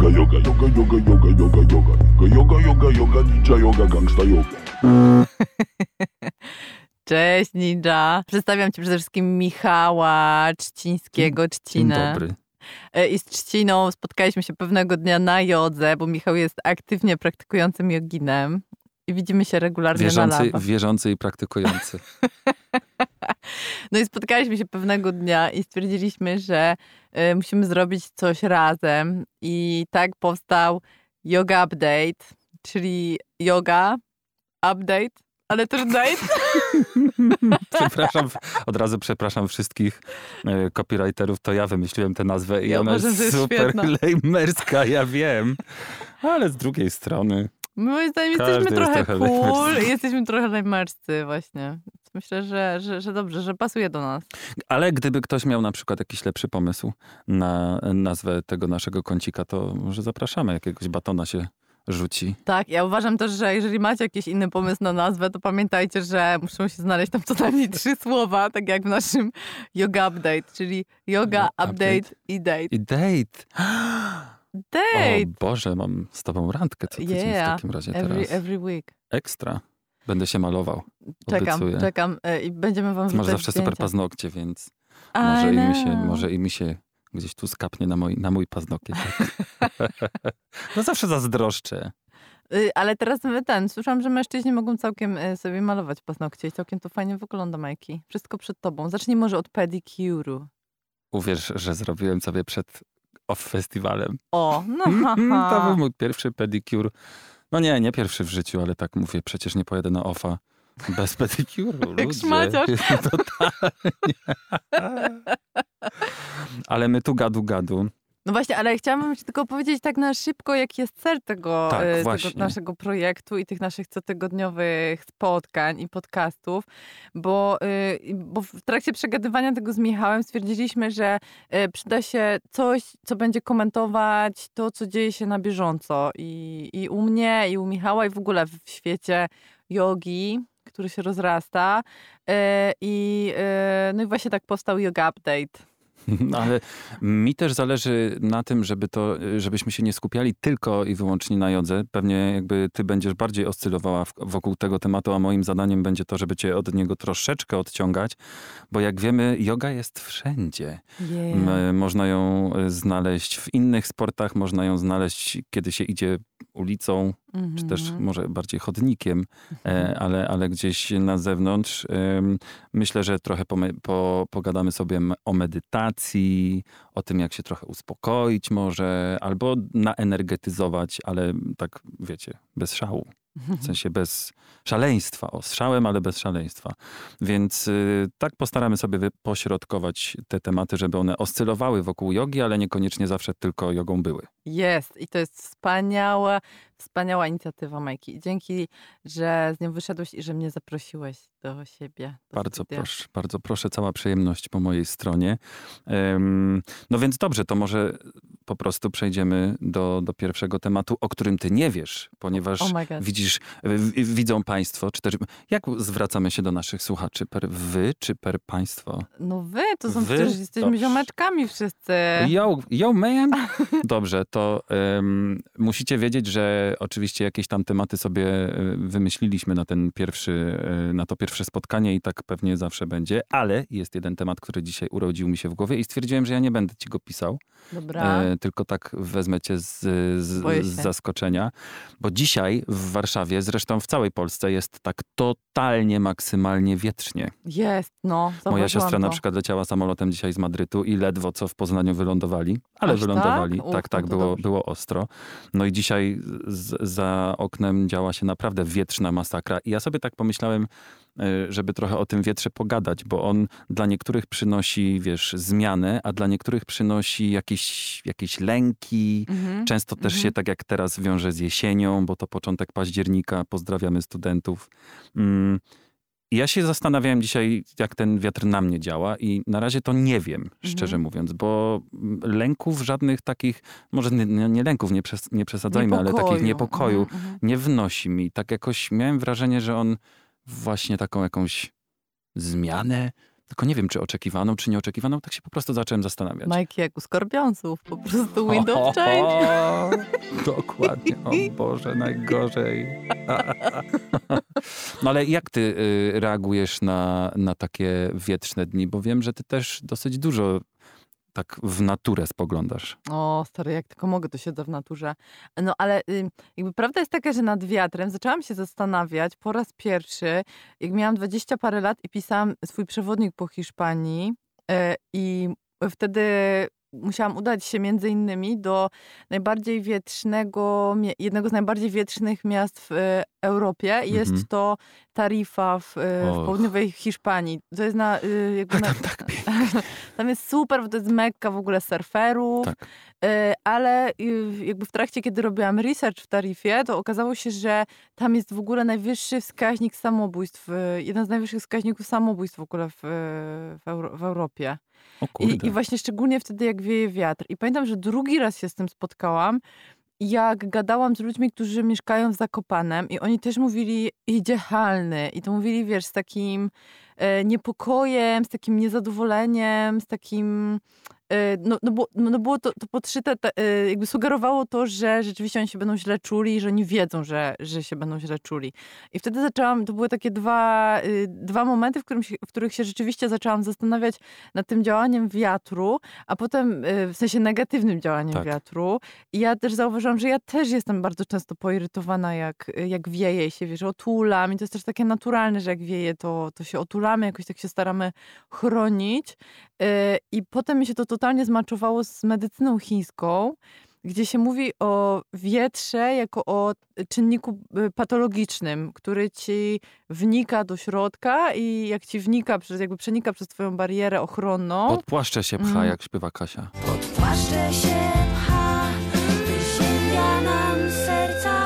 yoga, yoga, yoga, yoga, yoga, yoga, yoga, yoga, yoga, yoga, ninja yoga, gangsta yoga. Cześć Ninja. Przedstawiam ci przede wszystkim Michała Trzcińskiego, Trzcinę. Dzień dobry. I z Trzciną spotkaliśmy się pewnego dnia na jodze, bo Michał jest aktywnie praktykującym joginem i widzimy się regularnie na lawa. Wierzący i praktykujący. No i spotkaliśmy się pewnego dnia i stwierdziliśmy, że musimy zrobić coś razem i tak powstał Yoga Update, czyli yoga, update, ale też date. Od razu przepraszam wszystkich copywriterów, to ja wymyśliłem tę nazwę i ona jest super lejmerska, ja wiem. Ale z drugiej strony... Moim zdaniem jesteśmy trochę cool i jesteśmy trochę lejmerscy właśnie. Myślę, że dobrze, że pasuje do nas. Ale gdyby ktoś miał na przykład jakiś lepszy pomysł na nazwę tego naszego kącika, to może zapraszamy, jakiegoś batona się rzuci. Tak, ja uważam też, że jeżeli macie jakiś inny pomysł na nazwę, to pamiętajcie, że muszą się znaleźć tam co najmniej 3 słowa, tak jak w naszym Yoga Update, czyli yoga, update i date. I date! Date! O Boże, mam z tobą randkę co tydzień w takim razie teraz. Every week. Ekstra. Będę się malował. Czekam i będziemy wam masz zawsze zdjęcia. super paznokcie, więc może i mi się gdzieś tu skapnie na mój paznokieć. No zawsze zazdroszczę. Ale teraz słyszałam, że mężczyźni mogą całkiem sobie malować paznokcie i całkiem to fajnie wygląda, Majki. Wszystko przed tobą. Zacznij może od pedicuru. Uwierz, że zrobiłem sobie przed off festiwalem. O, no To był mój pierwszy pedicure. No nie pierwszy w życiu, ale tak mówię, przecież nie pojedę na offa bez pedicuru. Jak szmaciarz. Totalnie. Ale my tu gadu. No właśnie, ale chciałam ci tylko powiedzieć tak na szybko, jaki jest cel tego naszego projektu i tych naszych cotygodniowych spotkań i podcastów, bo w trakcie przegadywania tego z Michałem stwierdziliśmy, że przyda się coś, co będzie komentować to, co dzieje się na bieżąco i u mnie, i u Michała, i w ogóle w świecie jogi, który się rozrasta. No i właśnie tak powstał Yoga Update. Ale mi też zależy na tym, żebyśmy się nie skupiali tylko i wyłącznie na jodze. Pewnie jakby ty będziesz bardziej oscylowała wokół tego tematu, a moim zadaniem będzie to, żeby cię od niego troszeczkę odciągać, bo jak wiemy, joga jest wszędzie. Można ją znaleźć w innych sportach, można ją znaleźć, kiedy się idzie ulicą, czy też może bardziej chodnikiem, ale gdzieś na zewnątrz. Myślę, że trochę pogadamy sobie o medytacji, o tym, jak się trochę uspokoić może, albo naenergetyzować, ale tak, wiecie, bez szału. W sensie bez szaleństwa. Z szałem, ale bez szaleństwa. Więc tak postaramy sobie pośrodkować te tematy, żeby one oscylowały wokół jogi, ale niekoniecznie zawsze tylko jogą były. Jest. I to jest wspaniała inicjatywa, Majki. Dzięki, że z nią wyszedłeś i że mnie zaprosiłeś do siebie. Bardzo proszę. Cała przyjemność po mojej stronie. No więc dobrze, to może po prostu przejdziemy do pierwszego tematu, o którym ty nie wiesz, ponieważ widzą państwo, jak zwracamy się do naszych słuchaczy? Per wy czy per państwo? No wy, to są przecież jesteśmy ziomeczkami wszyscy. Yo man! Dobrze, to musicie wiedzieć, że oczywiście jakieś tam tematy sobie wymyśliliśmy na to pierwsze spotkanie i tak pewnie zawsze będzie, ale jest jeden temat, który dzisiaj urodził mi się w głowie i stwierdziłem, że ja nie będę ci go pisał. Dobra. Tylko tak wezmę cię z zaskoczenia, bo dzisiaj w Warszawie, zresztą w całej Polsce jest tak totalnie, maksymalnie wietrznie. Jest, Moja siostra na przykład leciała samolotem dzisiaj z Madrytu i ledwo co w Poznaniu wylądowali, ale wylądowali. Tak, było ostro. No i dzisiaj za oknem działa się naprawdę wietrzna masakra i ja sobie tak pomyślałem, żeby trochę o tym wietrze pogadać, bo on dla niektórych przynosi, zmianę, a dla niektórych przynosi jakieś lęki. Często też się tak jak teraz wiąże z jesienią, bo to początek października. Pozdrawiamy studentów. I ja się zastanawiałem dzisiaj, jak ten wiatr na mnie działa i na razie to nie wiem, szczerze mówiąc, bo lęków żadnych takich, może nie lęków, nie przesadzajmy, ale takich niepokoju nie wnosi mi. Tak jakoś miałem wrażenie, że on właśnie taką jakąś zmianę Tylko nie wiem, czy oczekiwaną, czy nieoczekiwaną, tak się po prostu zacząłem zastanawiać. Majki jak u skorpionców, po prostu Windows change. Dokładnie, o Boże, najgorzej. No ale jak ty reagujesz na takie wietrzne dni? Bo wiem, że ty też dosyć dużo tak w naturę spoglądasz. O, stary, jak tylko mogę, to siedzę w naturze. No ale jakby prawda jest taka, że nad wiatrem zaczęłam się zastanawiać po raz pierwszy, jak miałam 20 parę lat i pisałam swój przewodnik po Hiszpanii i wtedy musiałam udać się między innymi do najbardziej wietrznego, jednego z najbardziej wietrznych miast w Europie. Jest to Tarifa w południowej Hiszpanii. To jest tam jest super, bo to jest mekka w ogóle surferów. Tak. Ale jakby w trakcie, kiedy robiłam research w Tarifie, to okazało się, że tam jest w ogóle najwyższy wskaźnik samobójstw. Jeden z najwyższych wskaźników samobójstw w ogóle w Europie. I właśnie szczególnie wtedy, jak wieje wiatr. I pamiętam, że drugi raz się z tym spotkałam, jak gadałam z ludźmi, którzy mieszkają w Zakopanem i oni też mówili idealny. I to mówili, wiesz, z takim niepokojem, z takim niezadowoleniem, z takim... było to podszyte, jakby sugerowało to, że rzeczywiście oni się będą źle czuli i że oni wiedzą, że się będą źle czuli. I wtedy to były takie dwa momenty, w których się rzeczywiście zaczęłam zastanawiać nad tym działaniem wiatru, a potem w sensie negatywnym działaniem wiatru. I ja też zauważyłam, że ja też jestem bardzo często poirytowana, jak wieje i się, wiesz, otulam. I to jest też takie naturalne, że jak wieje, to się otulamy, jakoś tak się staramy chronić. I potem mi się to totalnie zmaczowało z medycyną chińską, gdzie się mówi o wietrze jako o czynniku patologicznym, który ci wnika do środka i jak ci przenika przez twoją barierę ochronną. Pod płaszcze się pcha, jak śpiewa Kasia. Pod płaszcze się pcha, wyziębia nam serca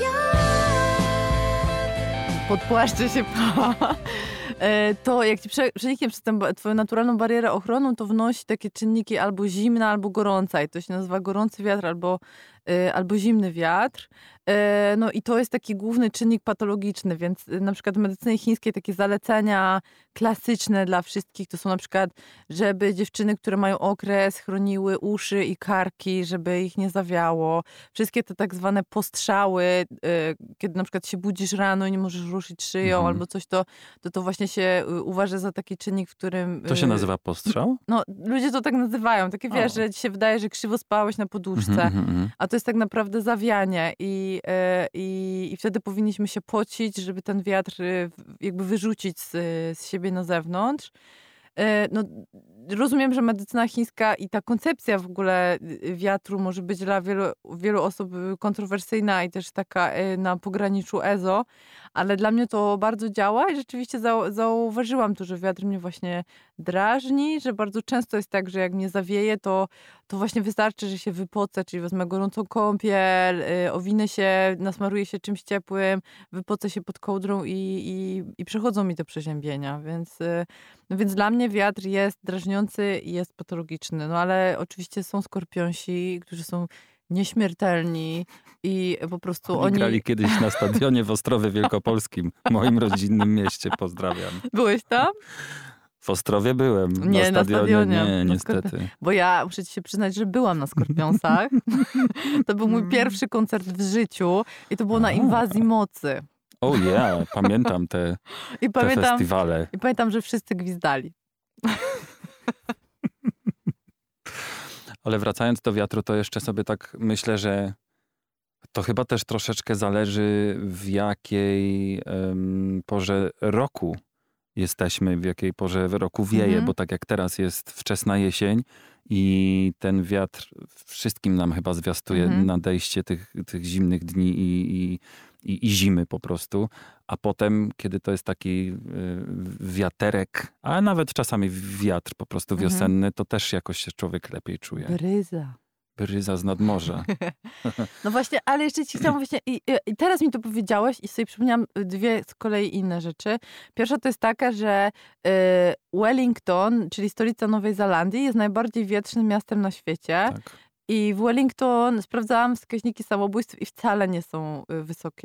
wiatr. Pod płaszcze się pcha. To jak ci przeniknie przez tę twoją naturalną barierę ochronną, to wnosi takie czynniki albo zimna, albo gorąca. I to się nazywa gorący wiatr albo zimny wiatr. No i to jest taki główny czynnik patologiczny, więc na przykład w medycynie chińskiej takie zalecenia klasyczne dla wszystkich to są na przykład, żeby dziewczyny, które mają okres, chroniły uszy i karki, żeby ich nie zawiało. Wszystkie te tak zwane postrzały, kiedy na przykład się budzisz rano i nie możesz ruszyć szyją albo coś, to właśnie się uważa za taki czynnik, w którym... To się nazywa postrzał? No, ludzie to tak nazywają. Takie wiesz, że ci się wydaje, że krzywo spałeś na poduszce, a to jest tak naprawdę zawianie i wtedy powinniśmy się pocić, żeby ten wiatr jakby wyrzucić z siebie na zewnątrz. No, rozumiem, że medycyna chińska i ta koncepcja w ogóle wiatru może być dla wielu osób kontrowersyjna i też taka na pograniczu ezo, ale dla mnie to bardzo działa i rzeczywiście zauważyłam to, że wiatr mnie właśnie drażni, że bardzo często jest tak, że jak mnie zawieje, to właśnie wystarczy, że się wypocę, czyli wezmę gorącą kąpiel, owinę się, nasmaruję się czymś ciepłym, wypocę się pod kołdrą i przechodzą mi te przeziębienia, więc dla mnie wiatr jest drażniący i jest patologiczny. No ale oczywiście są skorpionsi, którzy są nieśmiertelni i po prostu oni... grali kiedyś na stadionie w Ostrowie Wielkopolskim, moim rodzinnym mieście. Pozdrawiam. Byłeś tam? W Ostrowie byłem. Nie, na stadionie. Nie, niestety. Bo ja muszę ci się przyznać, że byłam na Skorpionsach. To był mój pierwszy koncert w życiu i to było na Inwazji Mocy. Pamiętam te festiwale. I pamiętam, że wszyscy gwizdali. Ale wracając do wiatru, to jeszcze sobie tak myślę, że to chyba też troszeczkę zależy, w jakiej porze roku jesteśmy, w jakiej porze roku wieje, bo tak jak teraz jest wczesna jesień i ten wiatr wszystkim nam chyba zwiastuje nadejście tych zimnych dni i zimy po prostu. A potem, kiedy to jest taki wiaterek, a nawet czasami wiatr po prostu wiosenny, to też jakoś się człowiek lepiej czuje. Bryza z nadmorza. No właśnie, ale jeszcze ci chciałam właśnie... I teraz mi to powiedziałeś i sobie przypomniałam dwie z kolei inne rzeczy. Pierwsza to jest taka, że Wellington, czyli stolica Nowej Zelandii, jest najbardziej wietrznym miastem na świecie. Tak. I w Wellington sprawdzałam wskaźniki samobójstw i wcale nie są wysokie.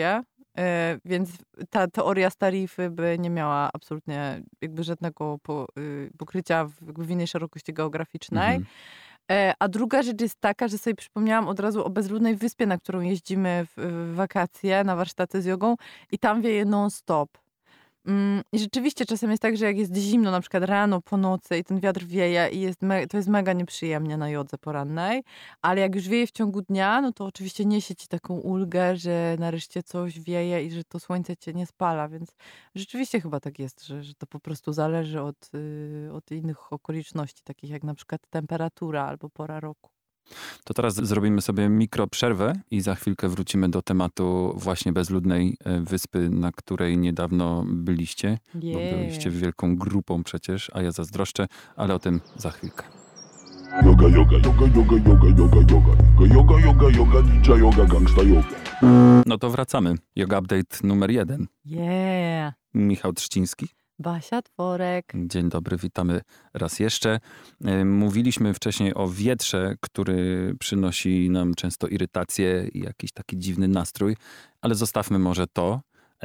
Więc ta teoria z tarify by nie miała absolutnie jakby żadnego pokrycia w innej szerokości geograficznej. A druga rzecz jest taka, że sobie przypomniałam od razu o bezludnej wyspie, na którą jeździmy w wakacje, na warsztaty z jogą i tam wieje non-stop. I rzeczywiście czasem jest tak, że jak jest zimno, na przykład rano, po nocy i ten wiatr wieje i to jest mega nieprzyjemnie na jodze porannej, ale jak już wieje w ciągu dnia, no to oczywiście niesie ci taką ulgę, że nareszcie coś wieje i że to słońce cię nie spala, więc rzeczywiście chyba tak jest, że to po prostu zależy od innych okoliczności, takich jak na przykład temperatura albo pora roku. To teraz zrobimy sobie mikroprzerwę i za chwilkę wrócimy do tematu właśnie bezludnej wyspy, na której niedawno byliście. Bo byliście wielką grupą przecież, a ja zazdroszczę, ale o tym za chwilkę. Yoga, yoga, yoga, yoga, yoga, yoga, yoga. Yoga, yoga, yoga, ninja yoga, gangsta yoga. No to wracamy. Yoga Update numer 1. Yeah. Michał Trzciński. Basia Tworek. Dzień dobry, witamy raz jeszcze. Mówiliśmy wcześniej o wietrze, który przynosi nam często irytację i jakiś taki dziwny nastrój, ale zostawmy może to.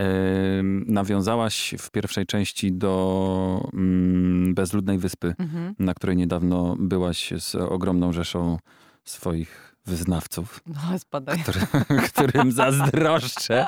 Nawiązałaś w pierwszej części do bezludnej wyspy, na której niedawno byłaś z ogromną rzeszą swoich wyznawców, no, spadaj. Którym zazdroszczę.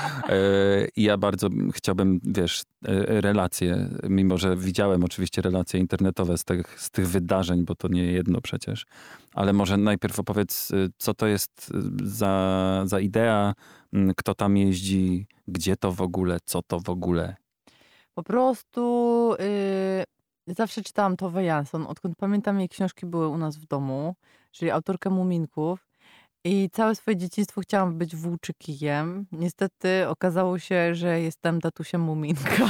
I ja bardzo chciałbym, relacje, mimo że widziałem oczywiście relacje internetowe z tych wydarzeń, bo to nie jedno przecież, ale może najpierw opowiedz, co to jest za idea, kto tam jeździ, gdzie to w ogóle, co to w ogóle. Po prostu zawsze czytałam Tove Jansson, odkąd pamiętam, jej książki były u nas w domu, czyli autorkę Muminków. I całe swoje dzieciństwo chciałam być włóczykijem. Niestety okazało się, że jestem tatusiem Muminka.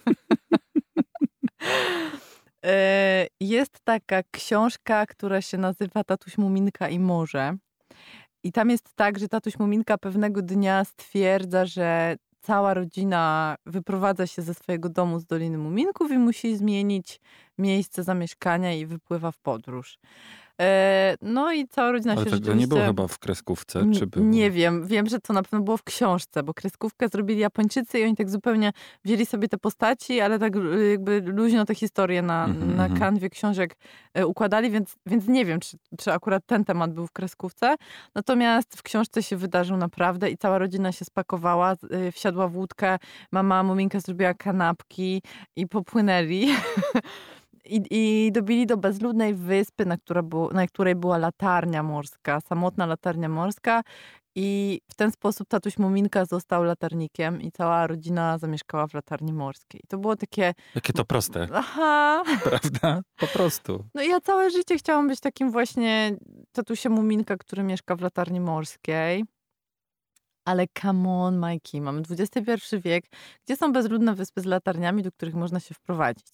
Jest taka książka, która się nazywa Tatuś Muminka i morze. I tam jest tak, że tatuś Muminka pewnego dnia stwierdza, że cała rodzina wyprowadza się ze swojego domu z Doliny Muminków i musi zmienić miejsce zamieszkania i wypływa w podróż. No i cała rodzina ale się tego rzeczywiście... nie było chyba w kreskówce, czy było? Nie wiem. Wiem, że to na pewno było w książce, bo kreskówkę zrobili Japończycy i oni tak zupełnie wzięli sobie te postaci, ale tak jakby luźno te historie na kanwie książek układali, więc nie wiem, czy akurat ten temat był w kreskówce. Natomiast w książce się wydarzył naprawdę i cała rodzina się spakowała, wsiadła w łódkę, mama Muminka zrobiła kanapki i popłynęli. I dobili do bezludnej wyspy, na której była latarnia morska, samotna latarnia morska. I w ten sposób tatuś Muminka został latarnikiem i cała rodzina zamieszkała w latarni morskiej. I to było takie... Jakie to proste. Aha. Prawda? Po prostu. No i ja całe życie chciałam być takim właśnie tatusiem Muminka, który mieszka w latarni morskiej. Ale come on, Majki, mamy XXI wiek. Gdzie są bezludne wyspy z latarniami, do których można się wprowadzić?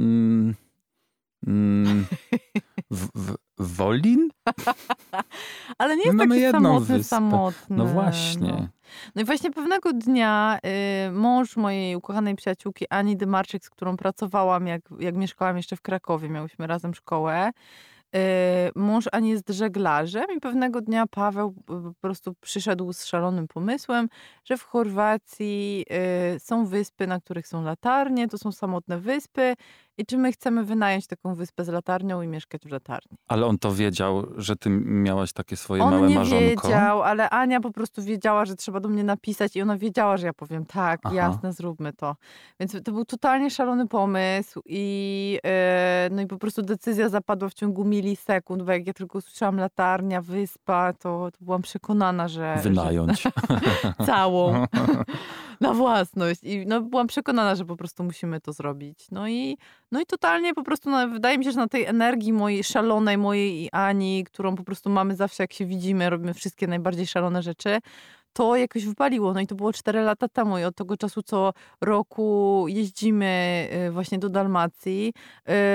Wolin? Ale nie jest taki samotny. No właśnie. No i właśnie pewnego dnia mąż mojej ukochanej przyjaciółki Ani Dymarczyk, z którą pracowałam, jak mieszkałam jeszcze w Krakowie, miałyśmy razem szkołę. Mąż Ani jest żeglarzem i pewnego dnia Paweł po prostu przyszedł z szalonym pomysłem, że w Chorwacji są wyspy, na których są latarnie, to są samotne wyspy i czy my chcemy wynająć taką wyspę z latarnią i mieszkać w latarni. Ale on to wiedział, że ty miałaś takie swoje małe marzonko? On nie wiedział, ale Ania po prostu wiedziała, że trzeba do mnie napisać i ona wiedziała, że ja powiem tak, jasne, zróbmy to. Więc to był totalnie szalony pomysł i no i po prostu decyzja zapadła w ciągu milisekund, bo jak ja tylko usłyszałam latarnia, wyspa, to byłam przekonana, że... Wynająć. Całą. Na własność. I no, byłam przekonana, że po prostu musimy to zrobić. No i totalnie po prostu wydaje mi się, że na tej energii mojej szalonej, mojej i Ani, którą po prostu mamy zawsze, jak się widzimy, robimy wszystkie najbardziej szalone rzeczy, to jakoś wypaliło. No i to było 4 lata temu i od tego czasu co roku jeździmy właśnie do Dalmacji.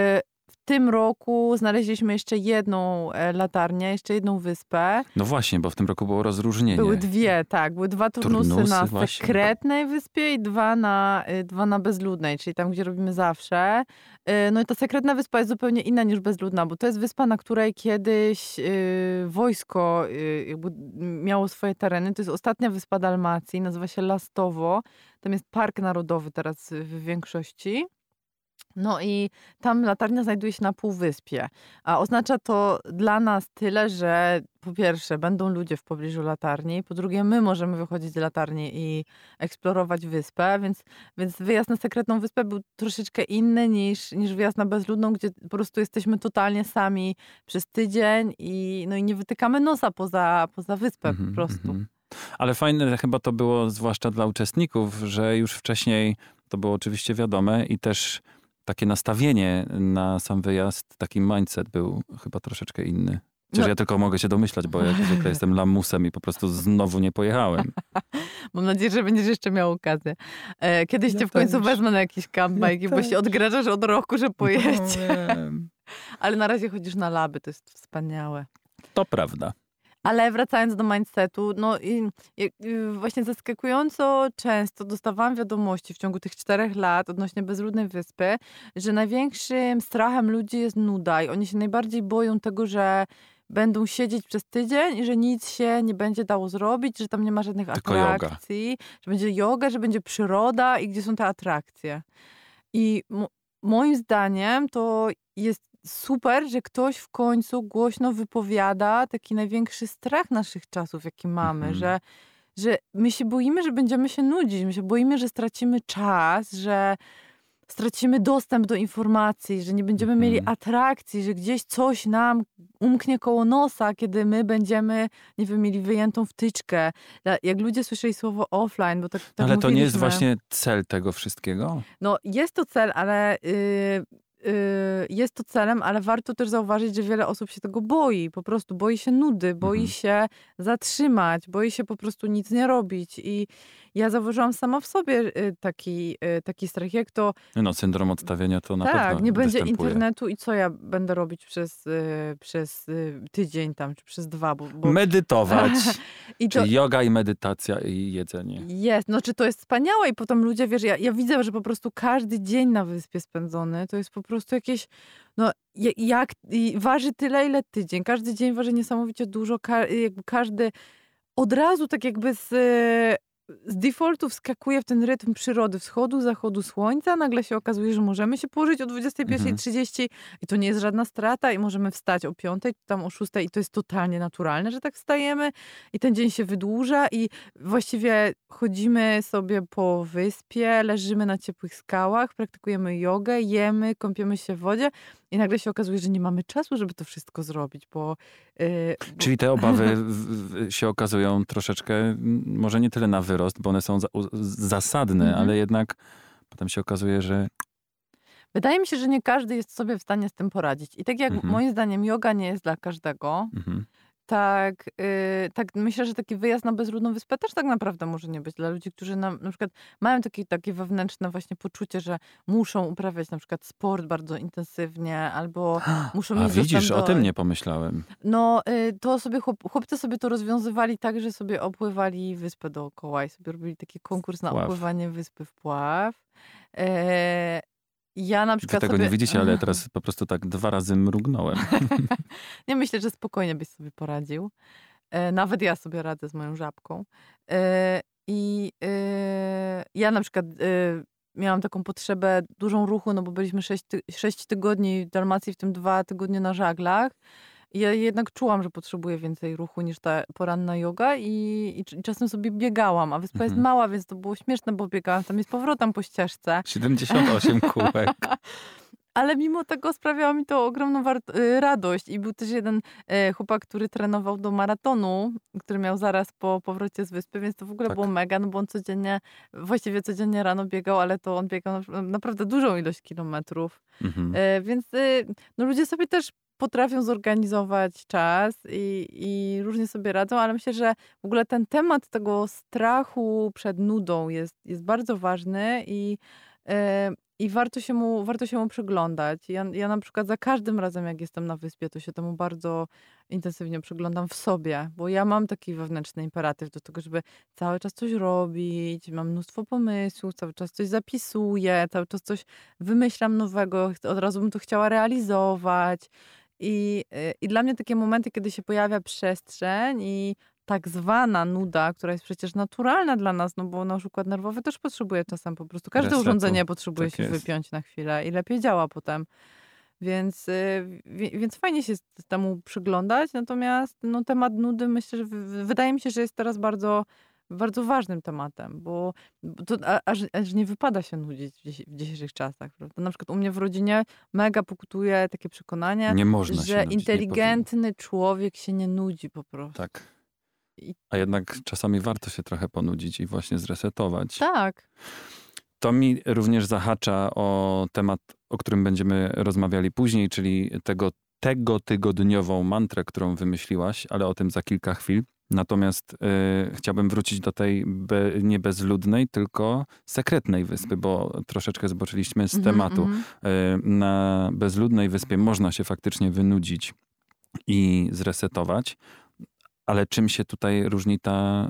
w tym roku znaleźliśmy jeszcze jedną latarnię, jeszcze jedną wyspę. No właśnie, bo w tym roku było rozróżnienie. Były dwie, tak. Były 2 turnusy na sekretnej wyspie i dwa na bezludnej, czyli tam, gdzie robimy zawsze. No i ta sekretna wyspa jest zupełnie inna niż bezludna, bo to jest wyspa, na której kiedyś wojsko jakby miało swoje tereny. To jest ostatnia wyspa Dalmacji, nazywa się Lastowo. Tam jest park narodowy teraz w większości. No i tam latarnia znajduje się na półwyspie, a oznacza to dla nas tyle, że po pierwsze będą ludzie w pobliżu latarni, po drugie my możemy wychodzić z latarni i eksplorować wyspę, więc wyjazd na sekretną wyspę był troszeczkę inny niż wyjazd na bezludną, gdzie po prostu jesteśmy totalnie sami przez tydzień i nie wytykamy nosa poza wyspę po prostu. Ale fajne chyba to było, zwłaszcza dla uczestników, że już wcześniej to było oczywiście wiadome i też takie nastawienie na sam wyjazd, taki mindset był chyba troszeczkę inny. Chociaż ja tylko mogę się domyślać, bo jak zwykle jestem lamusem i po prostu znowu nie pojechałem. Mam nadzieję, że będziesz jeszcze miał okazję. Kiedyś cię w końcu wezmę na jakiś campbike, bo się odgrażasz od roku, że pojedzie. Ale na razie chodzisz na laby, to jest wspaniałe. To prawda. Ale wracając do mindsetu, właśnie zaskakująco często dostawałam wiadomości w ciągu tych 4 lat odnośnie bezludnej wyspy, że największym strachem ludzi jest nuda i oni się najbardziej boją tego, że będą siedzieć przez tydzień i że nic się nie będzie dało zrobić, że tam nie ma żadnych atrakcji, że będzie joga, że będzie przyroda i gdzie są te atrakcje. I moim zdaniem to jest super, że ktoś w końcu głośno wypowiada taki największy strach naszych czasów, jaki mamy, że my się boimy, że będziemy się nudzić, my się boimy, że stracimy czas, że stracimy dostęp do informacji, że nie będziemy mieli atrakcji, że gdzieś coś nam umknie koło nosa, kiedy my będziemy, nie wiem, mieli wyjętą wtyczkę. Jak ludzie słyszeli słowo offline, bo tak ale to nie jest właśnie cel tego wszystkiego? No jest to cel, ale... jest to celem, ale warto też zauważyć, że wiele osób się tego boi. Po prostu boi się nudy, boi się zatrzymać, boi się po prostu nic nie robić. I ja zauważyłam sama w sobie taki strach, jak to... No, syndrom odstawienia to na pewno Tak, nie będzie występuje. internetu i co ja będę robić przez tydzień tam, czy przez 2, bo... Medytować. Czyli yoga i medytacja i jedzenie. Jest, czy to jest wspaniałe i potem ludzie, wiesz, ja widzę, że po prostu każdy dzień na wyspie spędzony to jest po prostu jakieś, waży tyle, ile tydzień. Każdy dzień waży niesamowicie dużo, jakby każdy od razu tak jakby z defaultu wskakuje w ten rytm przyrody, wschodu, zachodu słońca. Nagle się okazuje, że możemy się położyć o 21:30 i to nie jest żadna strata i możemy wstać o 5:00, tam o 6:00 i to jest totalnie naturalne, że tak wstajemy i ten dzień się wydłuża i właściwie chodzimy sobie po wyspie, leżymy na ciepłych skałach, praktykujemy jogę, jemy, kąpiemy się w wodzie i nagle się okazuje, że nie mamy czasu, żeby to wszystko zrobić, bo... Czyli te obawy się okazują troszeczkę, może nie tyle na wyrost, bo one są zasadne, ale jednak potem się okazuje, że... Wydaje mi się, że nie każdy jest sobie w stanie z tym poradzić. I tak jak moim zdaniem yoga nie jest dla każdego, tak myślę, że taki wyjazd na bezludną wyspę też tak naprawdę może nie być dla ludzi, którzy na przykład mają takie wewnętrzne właśnie poczucie, że muszą uprawiać na przykład sport bardzo intensywnie albo muszą mieć widzisz, o tym nie pomyślałem. To sobie chłopcy sobie to rozwiązywali tak, że sobie opływali wyspę dookoła i sobie robili taki konkurs na opływanie wyspy w pław. Ja na przykład Wy tego nie widzicie, ale ja teraz po prostu tak 2 razy mrugnąłem. Nie, myślę, że spokojnie byś sobie poradził. Nawet ja sobie radzę z moją żabką. Ja na przykład miałam taką potrzebę dużą ruchu, bo byliśmy 6 tygodni w Dalmacji, w tym 2 tygodnie na żaglach. I ja jednak czułam, że potrzebuję więcej ruchu niż ta poranna joga i czasem sobie biegałam, a wyspa jest mała, więc to było śmieszne, bo biegałam tam i z powrotem po ścieżce. 78 kółek. Ale mimo tego sprawiało mi to ogromną radość. I był też jeden chłopak, który trenował do maratonu, który miał zaraz po powrocie z wyspy, więc to w ogóle było mega, bo on właściwie codziennie rano biegał, ale to on biegał naprawdę dużą ilość kilometrów. Więc ludzie sobie też potrafią zorganizować czas i różnie sobie radzą, ale myślę, że w ogóle ten temat tego strachu przed nudą jest bardzo ważny i I warto się mu przyglądać. Ja na przykład za każdym razem, jak jestem na wyspie, to się temu bardzo intensywnie przyglądam w sobie, bo ja mam taki wewnętrzny imperatyw do tego, żeby cały czas coś robić, mam mnóstwo pomysłów, cały czas coś zapisuję, cały czas coś wymyślam nowego, od razu bym to chciała realizować. I dla mnie takie momenty, kiedy się pojawia przestrzeń i tak zwana nuda, która jest przecież naturalna dla nas, no bo nasz układ nerwowy też potrzebuje czasem po prostu. Każde urządzenie potrzebuje się wypiąć na chwilę i lepiej działa potem. Więc fajnie się temu przyglądać. Natomiast no, temat nudy myślę, że wydaje mi się, że jest teraz bardzo, bardzo ważnym tematem, bo to aż nie wypada się nudzić w dzisiejszych czasach. Prawda? Na przykład u mnie w rodzinie mega pokutuje takie przekonanie, że inteligentny człowiek się nie nudzi po prostu. Tak. A jednak czasami warto się trochę ponudzić i właśnie zresetować. Tak. To mi również zahacza o temat, o którym będziemy rozmawiali później, czyli tego tygodniową mantrę, którą wymyśliłaś, ale o tym za kilka chwil. Natomiast chciałbym wrócić do tej nie bezludnej, tylko sekretnej wyspy, bo troszeczkę zboczyliśmy z tematu. Na bezludnej wyspie można się faktycznie wynudzić i zresetować. Ale czym się tutaj różni ta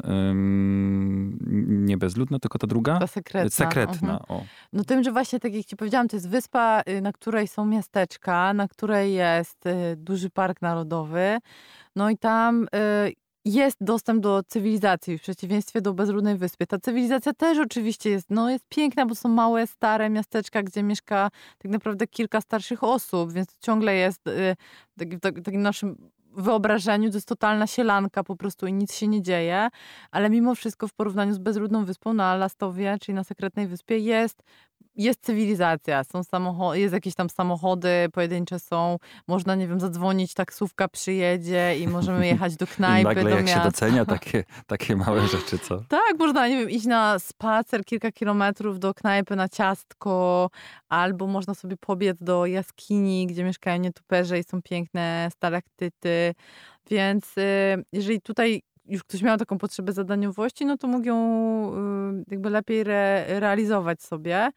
nie bezludna, tylko ta druga? Ta sekretna. Sekretna, o. No tym, że właśnie tak jak ci powiedziałam, to jest wyspa, na której są miasteczka, na której jest duży park narodowy. No i tam jest dostęp do cywilizacji w przeciwieństwie do bezludnej wyspy. Ta cywilizacja też oczywiście jest piękna, bo są małe, stare miasteczka, gdzie mieszka tak naprawdę kilka starszych osób, więc to ciągle jest takim naszym wyobrażeniu, to jest totalna sielanka po prostu i nic się nie dzieje, ale mimo wszystko w porównaniu z bezludną wyspą na Lastowie, czyli na sekretnej wyspie jest cywilizacja, są jest jakieś tam samochody, pojedyncze są, można, nie wiem, zadzwonić, taksówka przyjedzie i możemy jechać do knajpy, nagle do jak miasta. się docenia takie małe rzeczy, co? Tak, można, nie wiem, iść na spacer kilka kilometrów do knajpy na ciastko, albo można sobie pobiec do jaskini, gdzie mieszkają nietoperze i są piękne stalaktyty, więc jeżeli tutaj już ktoś miał taką potrzebę zadaniowości, no to mógł ją jakby lepiej realizować sobie,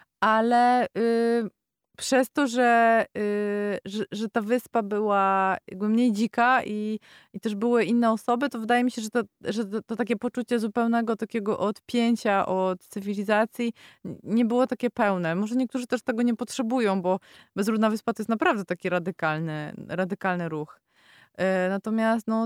ale przez to, że ta wyspa była jakby mniej dzika i też były inne osoby, to wydaje mi się, że to takie poczucie zupełnego takiego odpięcia od cywilizacji nie było takie pełne. Może niektórzy też tego nie potrzebują, bo bezludna wyspa to jest naprawdę taki radykalny ruch. Natomiast no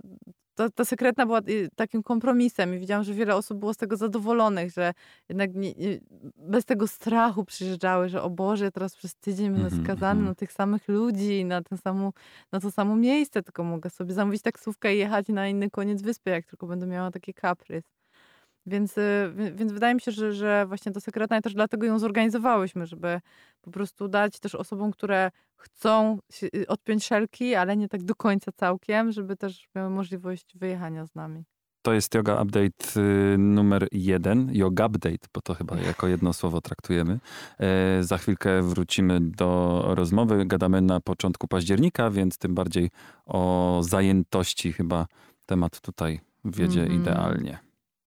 ta sekretna była takim kompromisem i widziałam, że wiele osób było z tego zadowolonych, że jednak bez tego strachu przyjeżdżały, że o Boże, ja teraz przez tydzień będę skazany na tych samych ludzi, na to samo miejsce, tylko mogę sobie zamówić taksówkę i jechać na inny koniec wyspy, jak tylko będę miała taki kaprys. Więc wydaje mi się, że właśnie ta sekretna i też dlatego ją zorganizowałyśmy, żeby po prostu dać też osobom, które chcą odpiąć szelki, ale nie tak do końca całkiem, żeby też miały możliwość wyjechania z nami. To jest Yoga Update numer 1. Yoga Update, bo to chyba jako jedno słowo traktujemy. Za chwilkę wrócimy do rozmowy. Gadamy na początku października, więc tym bardziej o zajętości chyba temat tutaj wiedzie idealnie.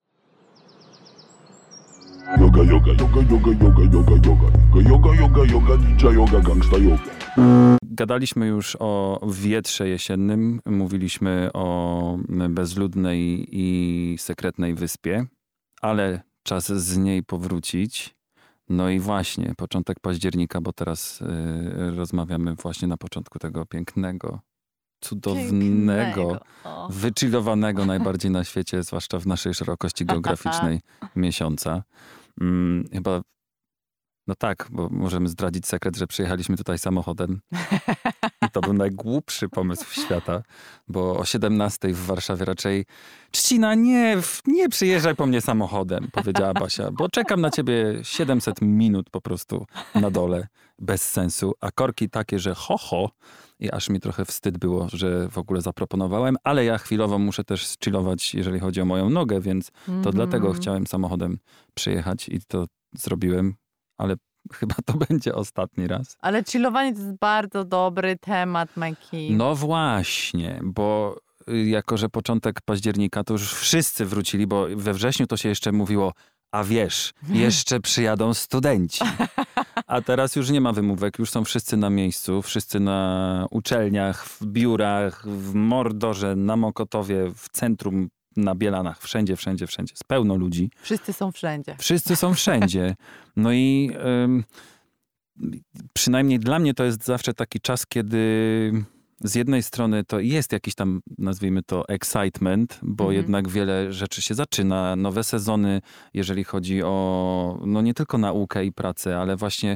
Yoga, yoga, yoga, yoga, yoga, yoga, yoga, yoga, yoga, yoga, ninja yoga, gangsta yoga. Gadaliśmy już o wietrze jesiennym, mówiliśmy o bezludnej i sekretnej wyspie, ale czas z niej powrócić. No i właśnie, początek października, bo teraz rozmawiamy właśnie na początku tego pięknego, cudownego, wychillowanego najbardziej na świecie, zwłaszcza w naszej szerokości geograficznej miesiąca. Chyba, no tak, bo możemy zdradzić sekret, że przyjechaliśmy tutaj samochodem. I to był najgłupszy pomysł świata, bo o 17:00 w Warszawie raczej Trzcina, nie przyjeżdżaj po mnie samochodem, powiedziała Basia, bo czekam na ciebie 700 minut po prostu na dole, bez sensu, a korki takie, że ho, i aż mi trochę wstyd było, że w ogóle zaproponowałem, ale ja chwilowo muszę też chillować, jeżeli chodzi o moją nogę, więc to dlatego chciałem samochodem przyjechać i to zrobiłem, ale chyba to będzie ostatni raz. Ale chillowanie to jest bardzo dobry temat, Majki. No właśnie, bo jako że początek października, to już wszyscy wrócili, bo we wrześniu to się jeszcze mówiło, a wiesz, jeszcze przyjadą studenci. A teraz już nie ma wymówek, już są wszyscy na miejscu, wszyscy na uczelniach, w biurach, w Mordorze, na Mokotowie, w centrum, na Bielanach, wszędzie. Jest pełno ludzi. Wszyscy są wszędzie. Wszyscy są wszędzie. No i przynajmniej dla mnie to jest zawsze taki czas, kiedy z jednej strony to jest jakiś tam, nazwijmy to, excitement, bo jednak wiele rzeczy się zaczyna, nowe sezony, jeżeli chodzi o, no nie tylko naukę i pracę, ale właśnie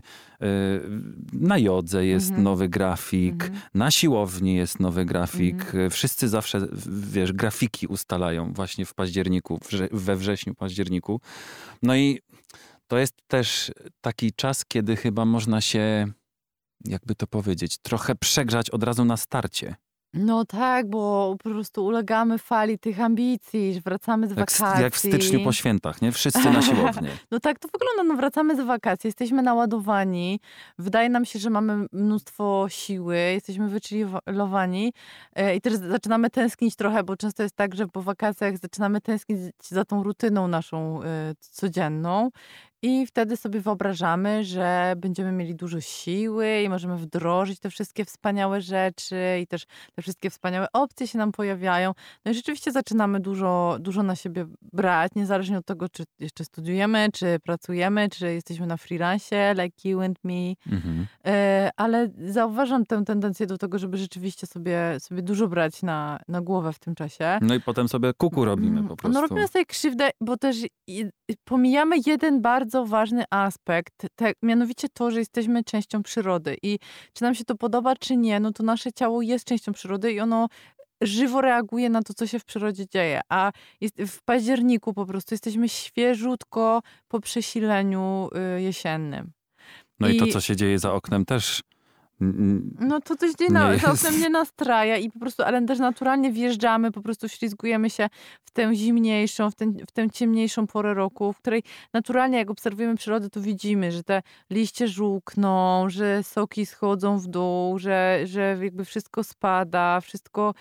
na jodze jest nowy grafik, na siłowni jest nowy grafik. Wszyscy zawsze, wiesz, grafiki ustalają właśnie w październiku, we wrześniu, październiku. No i to jest też taki czas, kiedy chyba można się, jakby to powiedzieć, trochę przegrzać od razu na starcie. No tak, bo po prostu ulegamy fali tych ambicji, że wracamy z wakacji. Jak w styczniu po świętach, nie? Wszyscy na siłownię. No tak to wygląda, no wracamy z wakacji, jesteśmy naładowani, wydaje nam się, że mamy mnóstwo siły, jesteśmy wychillowani i też zaczynamy tęsknić trochę, bo często jest tak, że po wakacjach zaczynamy tęsknić za tą rutyną naszą codzienną. I wtedy sobie wyobrażamy, że będziemy mieli dużo siły i możemy wdrożyć te wszystkie wspaniałe rzeczy i też te wszystkie wspaniałe opcje się nam pojawiają. No i rzeczywiście zaczynamy dużo na siebie brać, niezależnie od tego, czy jeszcze studiujemy, czy pracujemy, czy jesteśmy na freelancie, like you and me. Ale zauważam tę tendencję do tego, żeby rzeczywiście sobie dużo brać na głowę w tym czasie. No i potem sobie kuku robimy po prostu. No robimy sobie krzywdę, bo też pomijamy jeden bardzo ważny aspekt, mianowicie to, że jesteśmy częścią przyrody i czy nam się to podoba, czy nie, no to nasze ciało jest częścią przyrody i ono żywo reaguje na to, co się w przyrodzie dzieje, a w październiku po prostu jesteśmy świeżutko po przesileniu jesiennym. No i to, co się dzieje za oknem też no to coś za oknem nie nastraja i po prostu, ale też naturalnie wjeżdżamy, po prostu ślizgujemy się w tę zimniejszą, w tę ciemniejszą porę roku, w której naturalnie jak obserwujemy przyrodę, to widzimy, że te liście żółkną, że soki schodzą w dół, że jakby wszystko spada, wszystko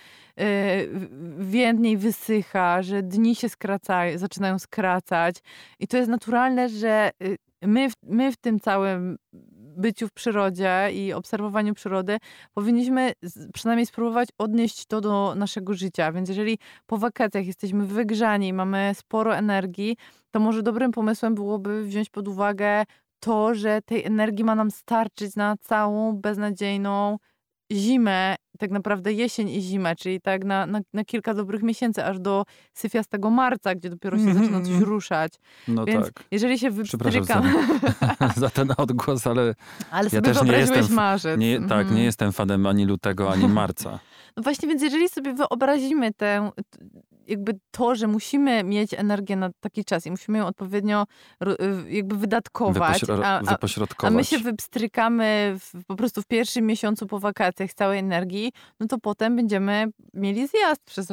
więcej wysycha, że dni się zaczynają skracać i to jest naturalne, że my w tym całym byciu w przyrodzie i obserwowaniu przyrody powinniśmy przynajmniej spróbować odnieść to do naszego życia. Więc jeżeli po wakacjach jesteśmy wygrzani i mamy sporo energii, to może dobrym pomysłem byłoby wziąć pod uwagę to, że tej energii ma nam starczyć na całą beznadziejną zimę, tak naprawdę jesień i zimę, czyli tak na kilka dobrych miesięcy, aż do syfiastego marca, gdzie dopiero się zaczyna coś ruszać. No więc tak. jeżeli się wypstrykam... za ten odgłos, ale ja sobie też nie jestem... marzec. Nie jestem fanem ani lutego, ani marca. No właśnie, więc jeżeli sobie wyobrazimy jakby to, że musimy mieć energię na taki czas i musimy ją odpowiednio jakby wydatkować, wypośrodkować. A my się wypstrykamy po prostu w pierwszym miesiącu po wakacjach całej energii, no to potem będziemy mieli zjazd przez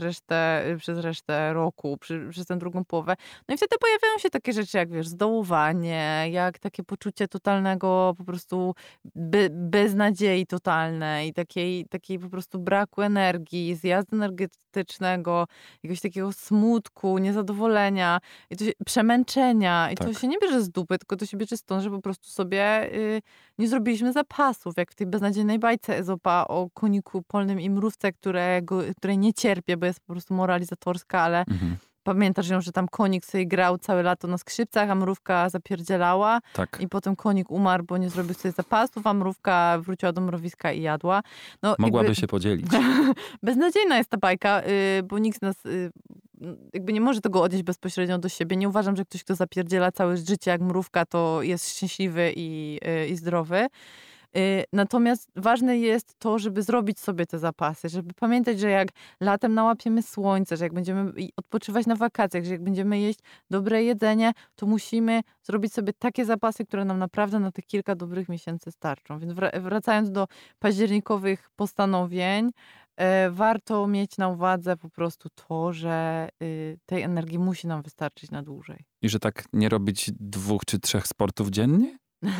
resztę roku, przez tę drugą połowę. No i wtedy pojawiają się takie rzeczy jak, wiesz, zdołowanie, jak takie poczucie totalnego po prostu beznadziei totalnej i takiej po prostu braku energii, zjazdu energetycznego, jakiegoś takiego smutku, niezadowolenia, i to przemęczenia. I to się nie bierze z dupy, tylko to się bierze stąd, że po prostu sobie nie zrobiliśmy zapasów, jak w tej beznadziejnej bajce Ezopa o koniku polnym i mrówce, której nie cierpię, bo jest po prostu moralizatorska, ale pamiętasz ją, że tam konik sobie grał całe lato na skrzypcach, a mrówka zapierdzielała. Tak. I potem konik umarł, bo nie zrobił sobie zapasów, a mrówka wróciła do mrowiska i jadła. No, mogłaby się podzielić. Beznadziejna jest ta bajka, bo nikt z nas jakby nie może tego odnieść bezpośrednio do siebie. Nie uważam, że ktoś, kto zapierdziela całe życie jak mrówka, to jest szczęśliwy i zdrowy. Natomiast ważne jest to, żeby zrobić sobie te zapasy, żeby pamiętać, że jak latem nałapiemy słońce, że jak będziemy odpoczywać na wakacjach, że jak będziemy jeść dobre jedzenie, to musimy zrobić sobie takie zapasy, które nam naprawdę na tych kilka dobrych miesięcy starczą. Więc wracając do październikowych postanowień, warto mieć na uwadze po prostu to, że tej energii musi nam wystarczyć na dłużej. I że tak nie robić 2 czy 3 sportów dziennie?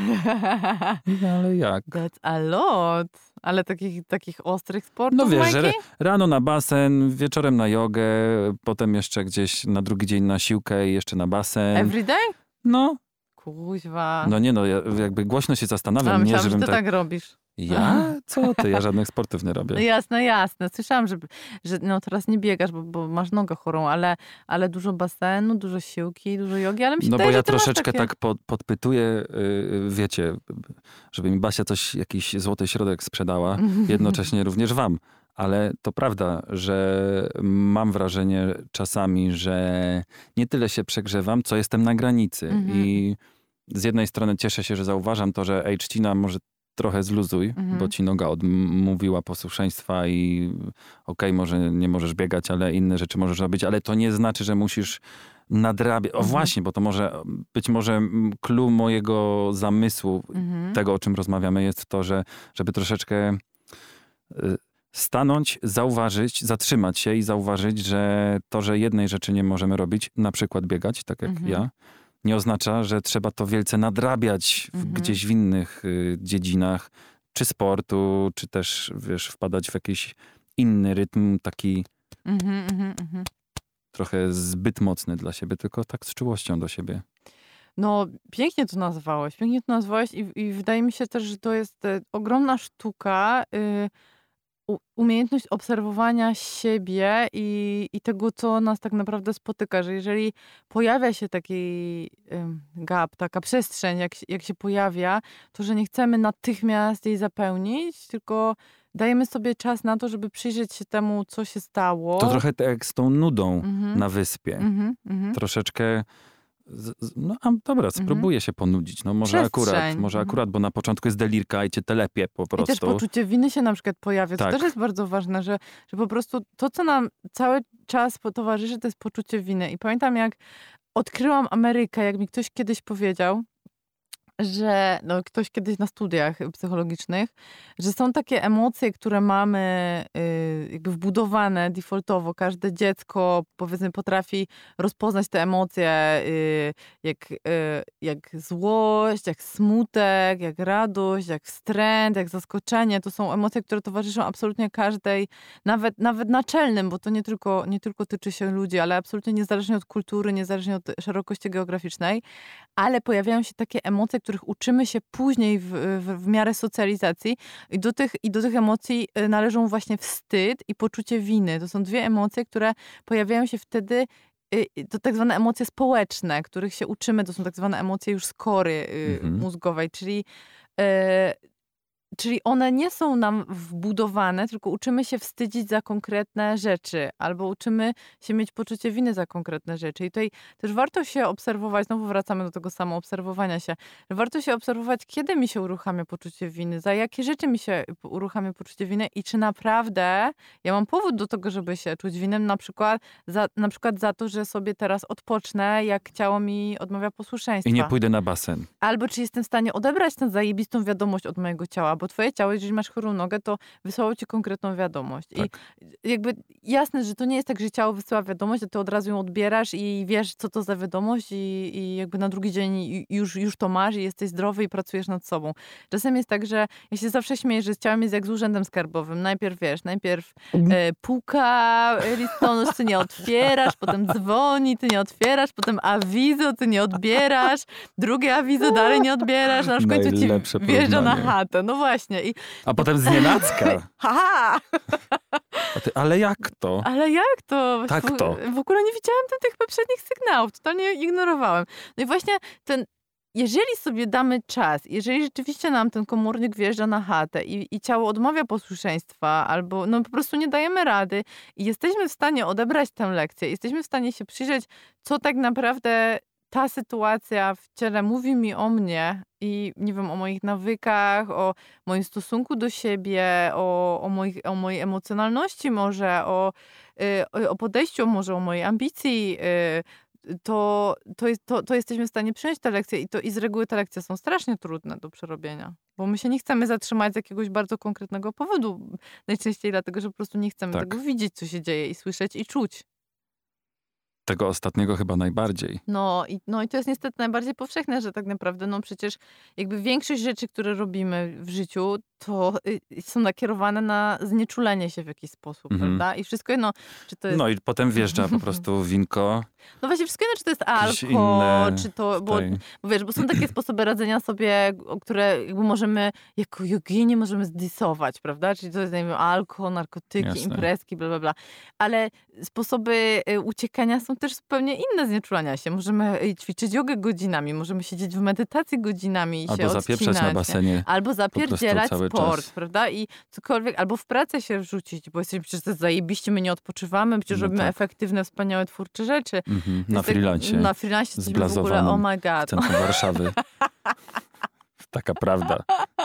Ale jak? That's a lot. Ale takich ostrych sportów, no wiesz, Majki? że rano na basen, wieczorem na jogę, potem jeszcze gdzieś na drugi dzień na siłkę i jeszcze na basen. Every day? No. kuźwa. No nie, ja jakby głośno się zastanawiam. Myślałam, żebym że ty tak robisz. Ja? Co ty? Ja żadnych sportów nie robię. No jasne. Słyszałam, że no teraz nie biegasz, bo masz nogę chorą, ale dużo basenu, dużo siłki, dużo jogi, ale mi się wydaje, bo ja że ty troszeczkę takie... tak podpytuję, wiecie, żeby mi Basia jakiś złoty środek sprzedała, jednocześnie również wam. Ale to prawda, że mam wrażenie czasami, że nie tyle się przegrzewam, co jestem na granicy. I z jednej strony cieszę się, że zauważam to, że Ejczcina może trochę zluzuj, bo ci noga odmówiła posłuszeństwa i okej, może nie możesz biegać, ale inne rzeczy możesz robić, ale to nie znaczy, że musisz nadrabiać. O właśnie, bo to być może clue mojego zamysłu, tego o czym rozmawiamy, jest to, żeby troszeczkę stanąć, zauważyć, zatrzymać się i zauważyć, że to, że jednej rzeczy nie możemy robić, na przykład biegać, tak jak ja, nie oznacza, że trzeba to wielce nadrabiać gdzieś w innych dziedzinach, czy sportu, czy też, wpadać w jakiś inny rytm, taki trochę zbyt mocny dla siebie, tylko tak z czułością do siebie. No, pięknie to nazwałeś i wydaje mi się też, że to jest ogromna sztuka, umiejętność obserwowania siebie i tego, co nas tak naprawdę spotyka, że jeżeli pojawia się taki gap, taka przestrzeń, jak się pojawia, to że nie chcemy natychmiast jej zapełnić, tylko dajemy sobie czas na to, żeby przyjrzeć się temu, co się stało. To trochę tak jak z tą nudą na wyspie. Troszeczkę dobra, spróbuję się ponudzić. No może akurat, bo na początku jest delirka i cię telepie po prostu. I też poczucie winy się na przykład pojawia. To też jest bardzo ważne, że po prostu to, co nam cały czas towarzyszy, to jest poczucie winy. I pamiętam, jak odkryłam Amerykę, jak mi ktoś kiedyś powiedział, że ktoś kiedyś na studiach psychologicznych, że są takie emocje, które mamy jakby wbudowane defaultowo. Każde dziecko, powiedzmy, potrafi rozpoznać te emocje jak złość, jak smutek, jak radość, jak wstręt, jak zaskoczenie. To są emocje, które towarzyszą absolutnie każdej, nawet naczelnym, bo to nie tylko tyczy się ludzi, ale absolutnie niezależnie od kultury, niezależnie od szerokości geograficznej. Ale pojawiają się takie emocje, których uczymy się później w miarę socjalizacji i do tych emocji należą właśnie wstyd i poczucie winy. To są dwie emocje, które pojawiają się wtedy, to tak zwane emocje społeczne, których się uczymy, to są tak zwane emocje już z kory mózgowej, czyli one nie są nam wbudowane, tylko uczymy się wstydzić za konkretne rzeczy, albo uczymy się mieć poczucie winy za konkretne rzeczy. I tutaj też warto się obserwować, znowu wracamy do tego samoobserwowania się, że warto się obserwować, kiedy mi się uruchamia poczucie winy, za jakie rzeczy mi się uruchamia poczucie winy i czy naprawdę ja mam powód do tego, żeby się czuć winnym, na przykład za to, że sobie teraz odpocznę, jak ciało mi odmawia posłuszeństwa. I nie pójdę na basen. Albo czy jestem w stanie odebrać tę zajebistą wiadomość od mojego ciała, bo twoje ciało, jeżeli masz chorą nogę, to wysłało ci konkretną wiadomość. Tak. I jakby jasne, że to nie jest tak, że ciało wysyła wiadomość, a ty od razu ją odbierasz i wiesz, co to za wiadomość i jakby na drugi dzień już to masz i jesteś zdrowy i pracujesz nad sobą. Czasem jest tak, że ja się zawsze śmieję, że z ciałem jest jak z urzędem skarbowym. Najpierw puka listonosz, ty nie otwierasz, potem dzwoni, ty nie otwierasz, potem awizo, ty nie odbierasz, drugie awizo, dalej nie odbierasz, a w końcu ci wjeżdża na chatę. No właśnie. A potem znienacka. Haha! Ale jak to? Tak to. W ogóle nie widziałam tych poprzednich sygnałów. Totalnie ignorowałem. No i właśnie jeżeli sobie damy czas, jeżeli rzeczywiście nam ten komórnik wjeżdża na chatę i ciało odmawia posłuszeństwa albo po prostu nie dajemy rady i jesteśmy w stanie odebrać tę lekcję, jesteśmy w stanie się przyjrzeć, co tak naprawdę ta sytuacja w ciele mówi mi o mnie i nie wiem, o moich nawykach, o moim stosunku do siebie, o mojej emocjonalności może, o podejściu może, o mojej ambicji, to jesteśmy w stanie przyjąć te lekcje i z reguły te lekcje są strasznie trudne do przerobienia. Bo my się nie chcemy zatrzymać z jakiegoś bardzo konkretnego powodu. Najczęściej dlatego, że po prostu nie chcemy tego widzieć, co się dzieje i słyszeć i czuć. Tego ostatniego chyba najbardziej. No i to jest niestety najbardziej powszechne, że tak naprawdę, no przecież jakby większość rzeczy, które robimy w życiu, to są nakierowane na znieczulenie się w jakiś sposób, prawda? I wszystko jedno, czy to jest... No i potem wjeżdża po prostu winko. No właśnie, wszystko jedno, czy to jest alkohol, czy to... Bo wiesz, bo są takie sposoby radzenia sobie, które jakby możemy, jako jogini możemy zdisować, prawda? Czyli to jest, nie wiem, alkohol, narkotyki, imprezki, bla, bla, bla. Ale sposoby uciekania są też zupełnie inne znieczulania się. Możemy ćwiczyć jogę godzinami, możemy siedzieć w medytacji godzinami i się odcinać. Albo zapieprzać na basenie. Albo zapierdzielać sport, czas. prawda? I cokolwiek, albo w pracę się wrzucić, bo jesteśmy przecież zajebiście, my nie odpoczywamy, przecież robimy efektywne, wspaniałe, twórcze rzeczy. Na freelancie. Na freelancie jesteśmy w ogóle, oh my god. W centrum Warszawy. Taka prawda.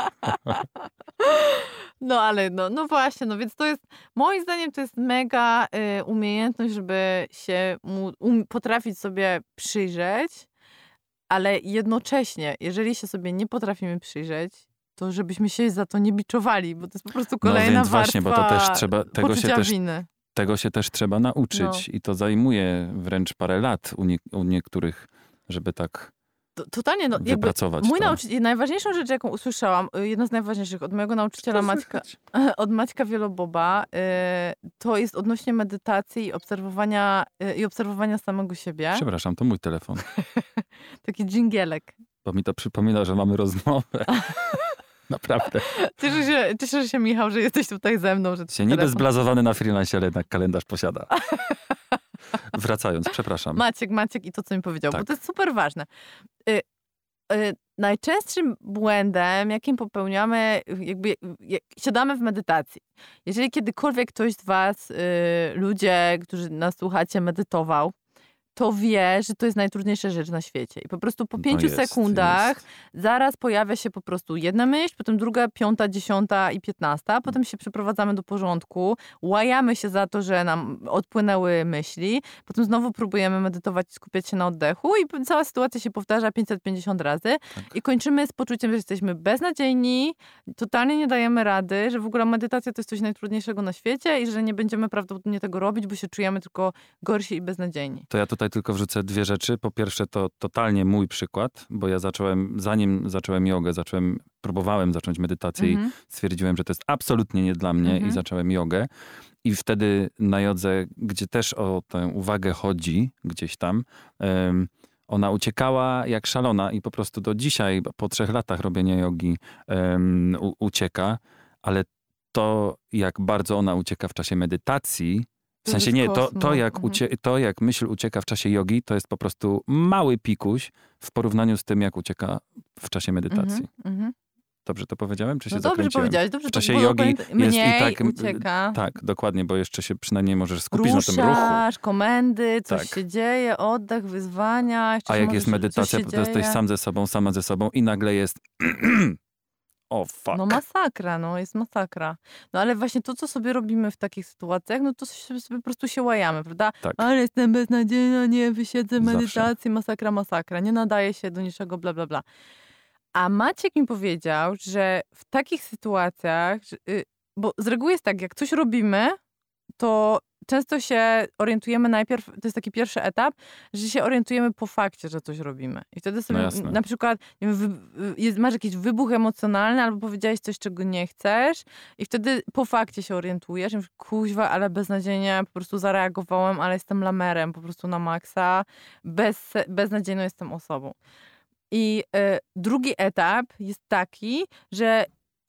No ale no właśnie, no więc to jest, moim zdaniem to jest mega umiejętność, żeby się potrafić sobie przyjrzeć, ale jednocześnie, jeżeli się sobie nie potrafimy przyjrzeć, to żebyśmy się za to nie biczowali, bo to jest po prostu kolejna warstwa właśnie, bo to też trzeba, winy. Tego się też trzeba nauczyć i to zajmuje wręcz parę lat u niektórych, żeby tak totalnie, wypracować mój nauczyciel, najważniejszą rzecz, jaką usłyszałam, jedna z najważniejszych od mojego nauczyciela Maćka Wieloboba, to jest odnośnie medytacji i obserwowania samego siebie. Przepraszam, to mój telefon. Taki dżingielek. Bo mi to przypomina, że mamy rozmowę. Naprawdę. Cieszę się, Michał, że jesteś tutaj ze mną. Że się niby zblazowany na freelancie, ale jednak kalendarz posiada. Wracając, przepraszam. Maciek i to, co mi powiedział, tak. bo to jest super ważne. Najczęstszym błędem, jakim popełniamy, jak siadamy w medytacji. Jeżeli kiedykolwiek ktoś z was, ludzie, którzy nas słuchacie, medytował, to wie, że to jest najtrudniejsza rzecz na świecie. I po prostu po 5 sekundach zaraz pojawia się po prostu jedna myśl, potem druga, 5., 10. i 15. Potem się przeprowadzamy do porządku, łajamy się za to, że nam odpłynęły myśli, potem znowu próbujemy medytować, skupiać się na oddechu i cała sytuacja się powtarza 550 razy. Tak. I kończymy z poczuciem, że jesteśmy beznadziejni, totalnie nie dajemy rady, że w ogóle medytacja to jest coś najtrudniejszego na świecie i że nie będziemy prawdopodobnie tego robić, bo się czujemy tylko gorsi i beznadziejni. To ja tutaj tylko wrzucę 2 rzeczy. Po pierwsze, to totalnie mój przykład, bo ja zanim zacząłem jogę, próbowałem zacząć medytację i stwierdziłem, że to jest absolutnie nie dla mnie i zacząłem jogę. I wtedy na jodze, gdzie też o tę uwagę chodzi, gdzieś tam, ona uciekała jak szalona i po prostu do dzisiaj, po 3 latach robienia jogi, ucieka, ale to, jak bardzo ona ucieka w czasie medytacji, w sensie nie, to jak myśl ucieka w czasie jogi, to jest po prostu mały pikuś w porównaniu z tym, jak ucieka w czasie medytacji. Dobrze to powiedziałem? Czy się zakręciłem? Dobrze powiedziałeś. Dobrze, w czasie jogi jest i tak ucieka. Tak, dokładnie, bo jeszcze się przynajmniej możesz skupić na tym ruchu. Ruszasz, komendy, coś się dzieje, oddech, wyzwania. A jak jest medytacja, to jesteś sam ze sobą, sama ze sobą i nagle jest o fuck. No masakra, jest masakra. No ale właśnie to, co sobie robimy w takich sytuacjach, no to sobie po prostu się łajamy, prawda? Tak. Ale jestem beznadziejna, nie wysiedzę medytacji, masakra, nie nadaje się do niczego, bla, bla, bla. A Maciek mi powiedział, że w takich sytuacjach, bo z reguły jest tak, jak coś robimy, to często się orientujemy najpierw, to jest taki pierwszy etap, że się orientujemy po fakcie, że coś robimy. I wtedy sobie na przykład nie wiem, masz jakiś wybuch emocjonalny albo powiedziałeś coś, czego nie chcesz i wtedy po fakcie się orientujesz i mówisz, kuźwa, ale beznadziejnie po prostu zareagowałem, ale jestem lamerem po prostu na maksa, beznadziejną jestem osobą. I drugi etap jest taki, że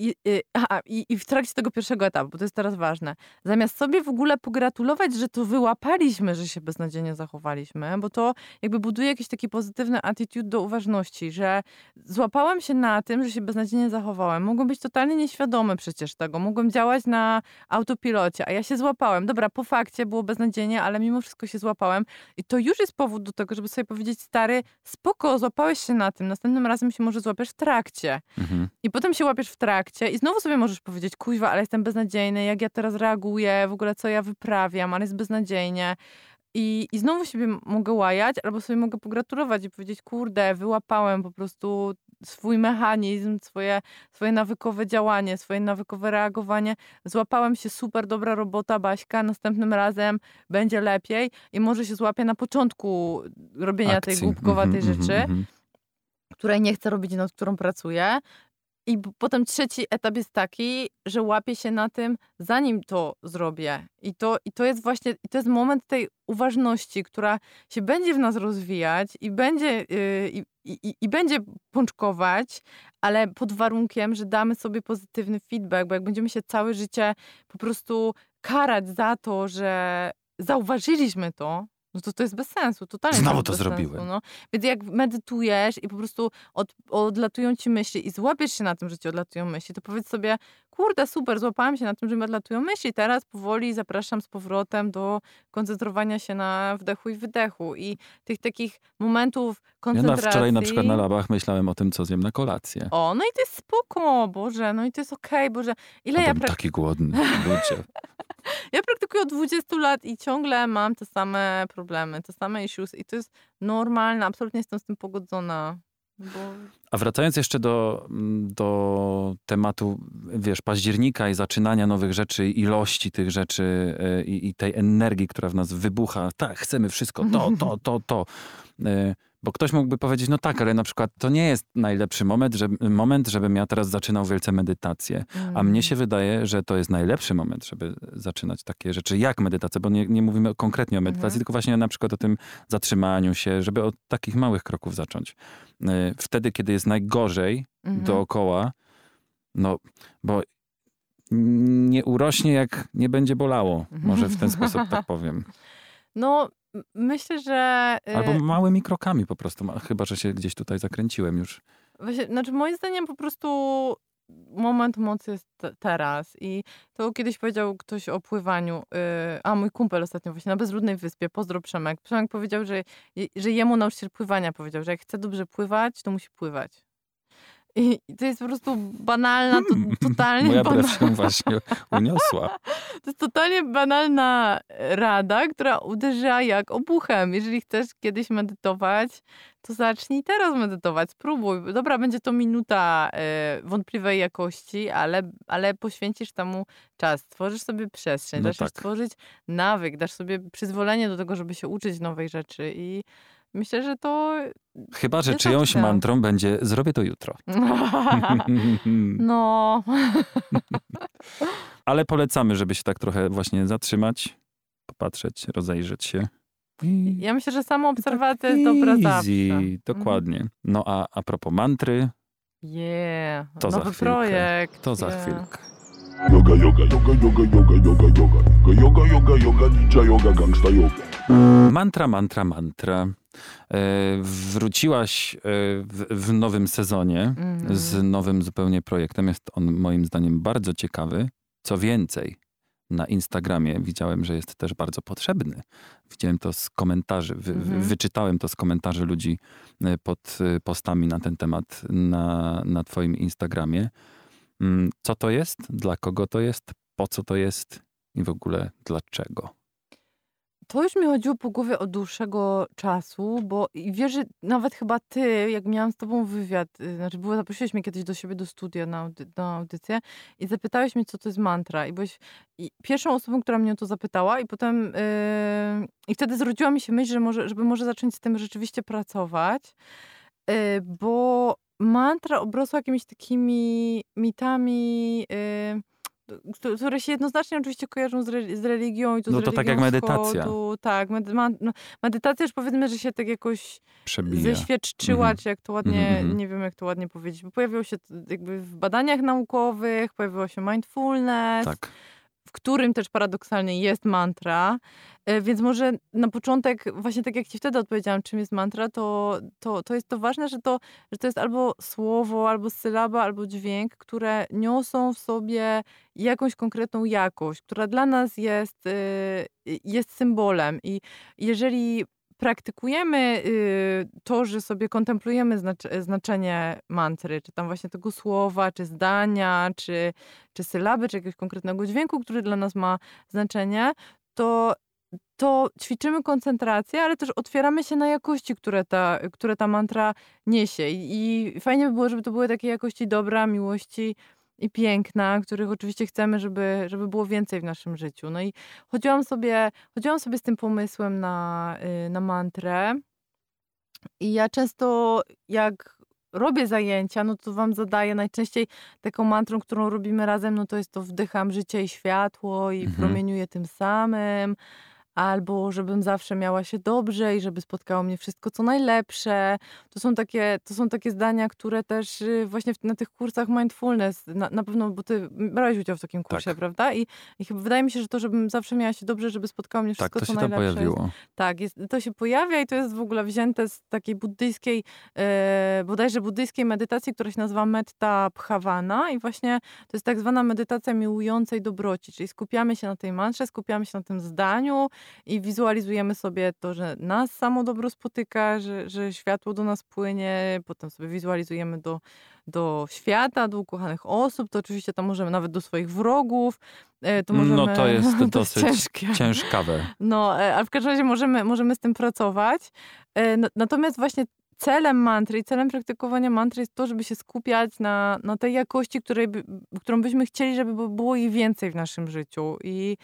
i w trakcie tego pierwszego etapu, bo to jest teraz ważne, zamiast sobie w ogóle pogratulować, że to wyłapaliśmy, że się beznadziejnie zachowaliśmy, bo to jakby buduje jakiś taki pozytywny attitude do uważności, że złapałem się na tym, że się beznadziejnie zachowałem. Mogłem być totalnie nieświadomy przecież tego. Mogłem działać na autopilocie, a ja się złapałem. Dobra, po fakcie było beznadziejnie, ale mimo wszystko się złapałem. I to już jest powód do tego, żeby sobie powiedzieć, stary, spoko, złapałeś się na tym. Następnym razem się może złapiesz w trakcie. I potem się łapiesz w trakcie i znowu sobie możesz powiedzieć, kuźwa, ale jestem beznadziejny, jak ja teraz reaguję, w ogóle co ja wyprawiam, ale jest beznadziejnie. I znowu siebie mogę łajać, albo sobie mogę pogratulować i powiedzieć, kurde, wyłapałem po prostu swój mechanizm, swoje nawykowe działanie, swoje nawykowe reagowanie. Złapałem się, super, dobra robota, Baśka, następnym razem będzie lepiej i może się złapię na początku robienia tej głupkowatej rzeczy, której nie chcę robić, nad którą pracuję. I potem trzeci etap jest taki, że łapię się na tym, zanim to zrobię. I to jest właśnie, to jest moment tej uważności, która się będzie w nas rozwijać i będzie, i będzie pączkować, ale pod warunkiem, że damy sobie pozytywny feedback, bo jak będziemy się całe życie po prostu karać za to, że zauważyliśmy to, no to jest bez sensu. Totalnie znowu jest to bez zrobiłem. sensu, no. Więc jak medytujesz i po prostu odlatują ci myśli i złapiesz się na tym, że ci odlatują myśli, to powiedz sobie, kurde, super, złapałam się na tym, że mi odlatują myśli. Teraz powoli zapraszam z powrotem do koncentrowania się na wdechu i wydechu. I tych takich momentów koncentracji... Ja wczoraj na przykład na labach myślałem o tym, co zjem na kolację. O, no i to jest spoko, Boże, no i to jest okej, Boże. Ile ja taki głodny, ludzie. Ja praktykuję od 20 lat i ciągle mam te same problemy, te same issues i to jest normalne, absolutnie jestem z tym pogodzona. Bo... A wracając jeszcze do tematu, wiesz, października i zaczynania nowych rzeczy, ilości tych rzeczy i tej energii, która w nas wybucha. Tak, chcemy wszystko, to. Bo ktoś mógłby powiedzieć, no tak, ale na przykład to nie jest najlepszy moment, żebym ja teraz zaczynał wielce medytację. A mnie się wydaje, że to jest najlepszy moment, żeby zaczynać takie rzeczy jak medytacja, bo nie mówimy konkretnie o medytacji, tylko właśnie na przykład o tym zatrzymaniu się, żeby od takich małych kroków zacząć. Wtedy, kiedy jest najgorzej dookoła, no, bo nie urośnie, jak nie będzie bolało. Może w ten sposób tak powiem. No, myślę, że... Albo małymi krokami po prostu, chyba że się gdzieś tutaj zakręciłem już. Właśnie, znaczy moim zdaniem po prostu moment mocy jest teraz i to kiedyś powiedział ktoś o pływaniu, mój kumpel ostatnio właśnie na Bezludnej Wyspie, pozdro Przemek. Przemek powiedział, że jemu nauczyciel pływania powiedział, że jak chce dobrze pływać, to musi pływać. I to jest po prostu banalna, totalnie Moja banalna. brew się właśnie uniosła. To jest totalnie banalna rada, która uderza jak obuchem. Jeżeli chcesz kiedyś medytować, to zacznij teraz medytować, spróbuj. Dobra, będzie to minuta wątpliwej jakości, ale poświęcisz temu czas. Stworzysz sobie przestrzeń, dasz stworzyć nawyk, dasz sobie przyzwolenie do tego, żeby się uczyć nowej rzeczy i myślę, że to... Chyba, że czyjąś mantrą będzie zrobię to jutro. No. Ale polecamy, żeby się tak trochę właśnie zatrzymać, popatrzeć, rozejrzeć się. Ja myślę, że sama obserwacja jest dobra zawsze. Dokładnie. No a propos mantry, to nowy projekt. To za chwilkę. Yoga, yoga, yoga, yoga, yoga, yoga, yoga. Yoga, yoga, yoga, ninja yoga, gangsta yoga. Mantra. Wróciłaś w nowym sezonie z nowym zupełnie projektem. Jest on moim zdaniem bardzo ciekawy. Co więcej, na Instagramie widziałem, że jest też bardzo potrzebny. Widziałem to z komentarzy, wyczytałem to z komentarzy ludzi pod postami na ten temat na twoim Instagramie. Co to jest? Dla kogo to jest? Po co to jest? I w ogóle dlaczego? To już mi chodziło po głowie od dłuższego czasu, bo wiesz, że nawet chyba ty, jak miałam z tobą wywiad, zaprosiłeś mnie kiedyś do siebie do studia na audycję i zapytałeś mnie, co to jest mantra. I byłeś pierwszą osobą, która mnie o to zapytała i potem i wtedy zrodziła mi się myśl, że żeby może zacząć z tym rzeczywiście pracować, bo mantra obrosła jakimiś takimi mitami, które się jednoznacznie oczywiście kojarzą z religią i to z religią tak jak medytacja. Wschodu. Tak, medytacja już powiedzmy, że się tak jakoś przebija. Zeświadczyła, czy jak to ładnie, nie wiem jak to ładnie powiedzieć, bo pojawiło się jakby w badaniach naukowych, pojawiło się mindfulness, tak. w którym też paradoksalnie jest mantra, więc może na początek, właśnie tak jak ci wtedy odpowiedziałam, czym jest mantra, to jest to ważne, że to jest albo słowo, albo sylaba, albo dźwięk, które niosą w sobie jakąś konkretną jakość, która dla nas jest symbolem i jeżeli praktykujemy to, że sobie kontemplujemy znaczenie mantry, czy tam właśnie tego słowa, czy zdania, czy sylaby, czy jakiegoś konkretnego dźwięku, który dla nas ma znaczenie, to to ćwiczymy koncentrację, ale też otwieramy się na jakości, które ta mantra niesie. I fajnie by było, żeby to były takie jakości dobra, miłości i piękna, których oczywiście chcemy, żeby było więcej w naszym życiu. No i chodziłam sobie z tym pomysłem na mantrę i ja często jak robię zajęcia, no to wam zadaję najczęściej taką mantrą, którą robimy razem, no to jest to wdycham życie i światło i promieniuję tym samym. Albo żebym zawsze miała się dobrze i żeby spotkało mnie wszystko, co najlepsze. To są takie zdania, które też właśnie na tych kursach mindfulness, na pewno, bo ty brałeś udział w takim kursie, prawda? I chyba wydaje mi się, że to, żebym zawsze miała się dobrze, żeby spotkało mnie wszystko, co najlepsze. Tak, to się tam pojawiło. Tak, to się pojawia i to jest w ogóle wzięte z takiej buddyjskiej, bodajże buddyjskiej medytacji, która się nazywa Metta Bhavana i właśnie to jest tak zwana medytacja miłującej dobroci, czyli skupiamy się na tej mantrze, skupiamy się na tym zdaniu, i wizualizujemy sobie to, że nas samo dobro spotyka, że światło do nas płynie, potem sobie wizualizujemy do świata, do ukochanych osób, to oczywiście tam możemy nawet do swoich wrogów. To możemy, no to jest dosyć ciężkawe. No, ale w każdym razie możemy z tym pracować. Natomiast właśnie celem mantry i celem praktykowania mantry jest to, żeby się skupiać na tej jakości, którą byśmy chcieli, żeby było jej więcej w naszym życiu.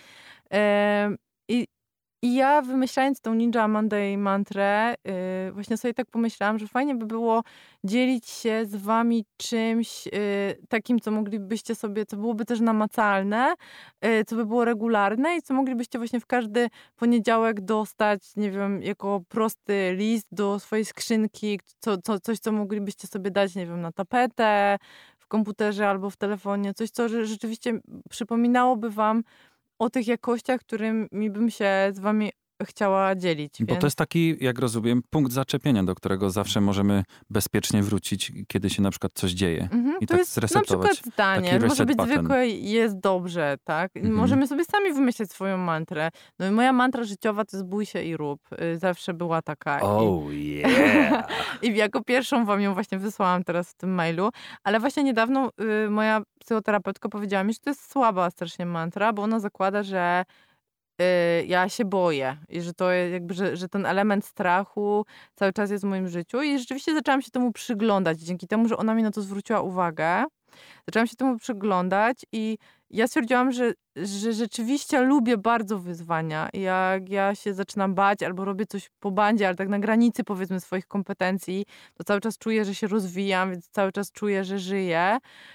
I ja wymyślając tą Ninja Monday mantrę, właśnie sobie tak pomyślałam, że fajnie by było dzielić się z wami czymś takim, co moglibyście sobie, co byłoby też namacalne, co by było regularne i co moglibyście właśnie w każdy poniedziałek dostać, nie wiem, jako prosty list do swojej skrzynki, coś, co moglibyście sobie dać, nie wiem, na tapetę, w komputerze albo w telefonie, coś, co rzeczywiście przypominałoby wam o tych jakościach, którymi bym się z wami chciała dzielić. Bo to jest taki, jak rozumiem, punkt zaczepienia, do którego zawsze możemy bezpiecznie wrócić, kiedy się na przykład coś dzieje. I to tak jest zresetować. Na przykład zdanie, może być zwykłe, jest dobrze, tak? Możemy sobie sami wymyśleć swoją mantrę. No i moja mantra życiowa to jest bój się i rób. Zawsze była taka. Yeah! I jako pierwszą wam ją właśnie wysłałam teraz w tym mailu. Ale właśnie niedawno moja psychoterapeutka powiedziała mi, że to jest słaba strasznie mantra, bo ona zakłada, że ja się boję i że to jakby, że ten element strachu cały czas jest w moim życiu i rzeczywiście zaczęłam się temu przyglądać. Dzięki temu, że ona mi na to zwróciła uwagę, zaczęłam się temu przyglądać i ja stwierdziłam, że rzeczywiście lubię bardzo wyzwania. I jak ja się zaczynam bać albo robię coś po bandzie, ale tak na granicy powiedzmy swoich kompetencji, to cały czas czuję, że się rozwijam, więc cały czas czuję, że żyję.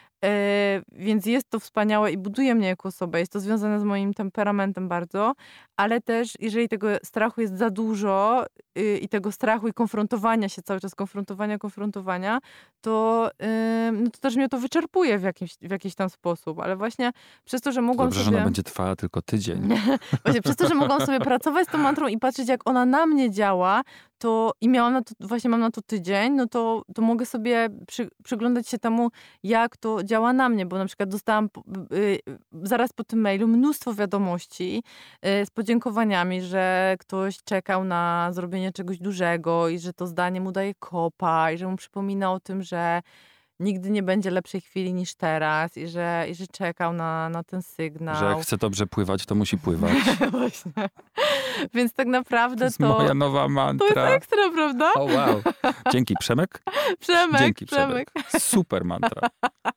Więc jest to wspaniałe i buduje mnie jako osobę. Jest to związane z moim temperamentem bardzo, ale też jeżeli tego strachu jest za dużo i tego strachu i konfrontowania się cały czas, konfrontowania, to też mnie to wyczerpuje w jakiś tam sposób. Ale właśnie przez to, że mogłam Dobrze, że ona będzie trwała tylko tydzień. Właśnie przez to, że mogłam sobie pracować z tą mantrą i patrzeć, jak ona na mnie działa, i mam na to tydzień, no to mogę sobie przyglądać się temu, jak to działa na mnie, bo na przykład dostałam zaraz po tym mailu mnóstwo wiadomości z podziękowaniami, że ktoś czekał na zrobienie czegoś dużego i że to zdanie mu daje kopa i że mu przypomina o tym, że nigdy nie będzie lepszej chwili niż teraz i że czekał na ten sygnał. Że jak chce dobrze pływać, to musi pływać. Właśnie. Więc tak naprawdę to jest moja nowa mantra. To jest ekstra, prawda? O wow. Dzięki, Przemek? Dzięki, Przemek. Super mantra.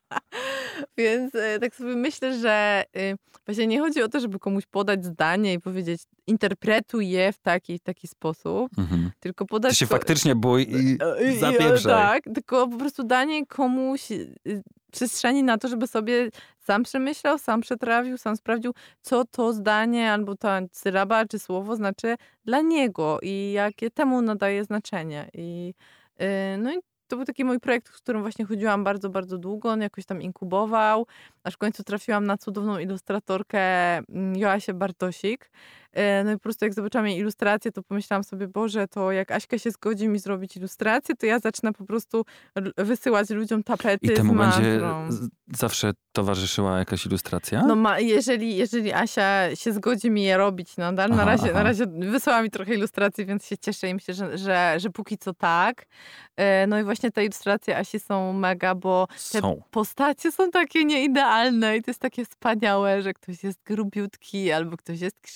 Więc tak sobie myślę, że właśnie nie chodzi o to, żeby komuś podać zdanie i powiedzieć interpretuj je w taki sposób, tylko podać... Ty się faktycznie bój i zapieprzaj. Tak, tylko po prostu danie komuś przestrzeni na to, żeby sobie sam przemyślał, sam przetrawił, sam sprawdził, co to zdanie albo ta sylaba czy słowo znaczy dla niego i jakie temu nadaje znaczenie. I to był taki mój projekt, w którym właśnie chodziłam bardzo, bardzo długo. On jakoś tam inkubował, aż w końcu trafiłam na cudowną ilustratorkę Joasię Bartosik. No i po prostu jak zobaczyłam jej ilustrację, to pomyślałam sobie, Boże, to jak Aśka się zgodzi mi zrobić ilustrację, to ja zacznę po prostu wysyłać ludziom tapety z mantrą. I temu będzie zawsze towarzyszyła jakaś ilustracja? No jeżeli Asia się zgodzi mi je robić nadal, na razie wysłała mi trochę ilustracji, więc się cieszę i myślę, że póki co tak. No i właśnie te ilustracje Asi są mega, bo te postacie są takie nieidealne i to jest takie wspaniałe, że ktoś jest grubiutki albo ktoś jest krzywy,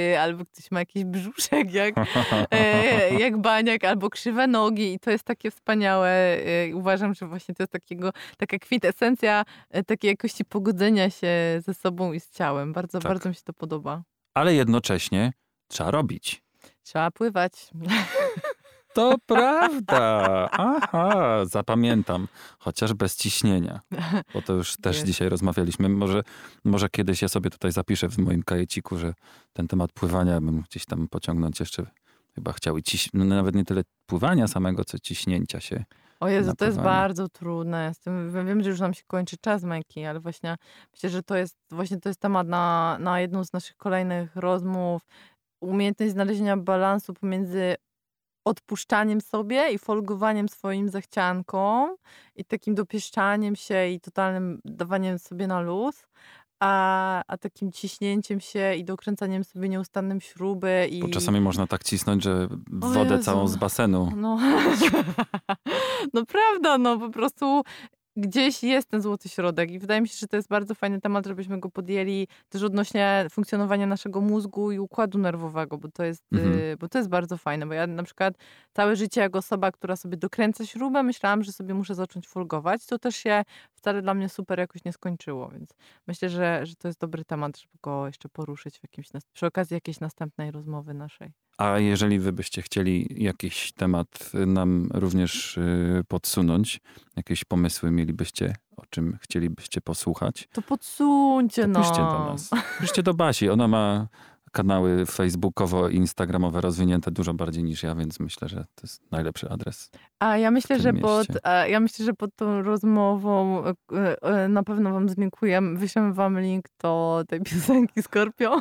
albo ktoś ma jakiś brzuszek jak baniak, albo krzywe nogi i to jest takie wspaniałe. Uważam, że właśnie to jest taka kwintesencja takiej jakości pogodzenia się ze sobą i z ciałem. Bardzo, bardzo mi się to podoba. Ale jednocześnie trzeba robić. Trzeba pływać. To prawda. Aha, zapamiętam. Chociaż bez ciśnienia. Bo to już też dzisiaj rozmawialiśmy. Może kiedyś ja sobie tutaj zapiszę w moim kajeciku, że ten temat pływania bym gdzieś tam pociągnąć jeszcze. Chyba chciał nawet nie tyle pływania samego, co ciśnięcia się. O Jezu, to jest bardzo trudne. Wiem, że już nam się kończy czas, Majki, ale właśnie myślę, że to jest temat na jedną z naszych kolejnych rozmów. Umiejętność znalezienia balansu pomiędzy odpuszczaniem sobie i folgowaniem swoim zachciankom i takim dopieszczaniem się i totalnym dawaniem sobie na luz, a takim ciśnięciem się i dokręcaniem sobie nieustannym śruby. Bo czasami można tak cisnąć, że wodę całą z basenu. No prawda, po prostu gdzieś jest ten złoty środek i wydaje mi się, że to jest bardzo fajny temat, żebyśmy go podjęli też odnośnie funkcjonowania naszego mózgu i układu nerwowego, bo to jest bardzo fajne, bo ja na przykład całe życie jako osoba, która sobie dokręca śrubę, myślałam, że sobie muszę zacząć folgować. To też się wcale dla mnie super jakoś nie skończyło, więc myślę, że to jest dobry temat, żeby go jeszcze poruszyć przy okazji jakiejś następnej rozmowy naszej. A jeżeli wy byście chcieli jakiś temat nam również podsunąć, jakieś pomysły mielibyście, o czym chcielibyście posłuchać, to podsuńcie nam. Piszcie do nas. Piszcie do Basi. Ona ma kanały facebookowo i instagramowe rozwinięte dużo bardziej niż ja, więc myślę, że to jest najlepszy adres. A ja myślę, że pod tą rozmową na pewno wam zlinkujemy, wyślemy wam link do tej piosenki Scorpio.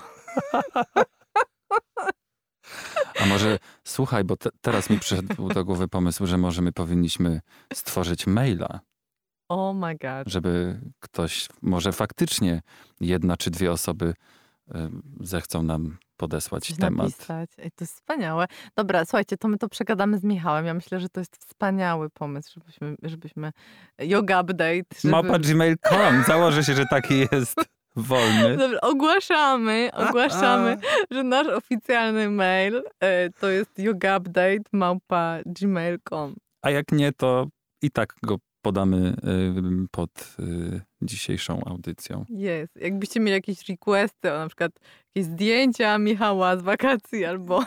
A może, słuchaj, bo teraz mi przyszedł do głowy pomysł, że powinniśmy stworzyć maila. Oh my god. Żeby ktoś, może faktycznie 1 czy 2 osoby zechcą nam podesłać coś temat. Napisać. Ej, to jest wspaniałe. Dobra, słuchajcie, to my to przegadamy z Michałem. Ja myślę, że to jest wspaniały pomysł, żebyśmy yoga update. @gmail.com. Założę się, że taki jest. Wolny. Dobra, ogłaszamy, że nasz oficjalny mail to jest yogaupdate@gmail.com. A jak nie, to i tak go podamy pod dzisiejszą audycją. Jest. Jakbyście mieli jakieś requesty, na przykład jakieś zdjęcia Michała z wakacji albo...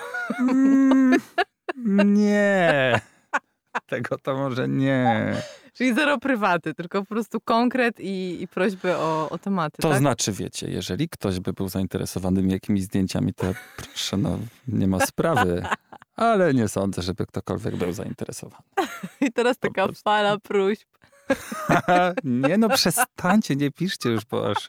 Nie. Tego to może nie. Czyli zero prywaty, tylko po prostu konkret i prośby o tematy. To tak? znaczy, wiecie, jeżeli ktoś by był zainteresowany jakimiś zdjęciami, to proszę, nie ma sprawy. Ale nie sądzę, żeby ktokolwiek był zainteresowany. I teraz taka fala próśb. Nie przestańcie, nie piszcie już, bo aż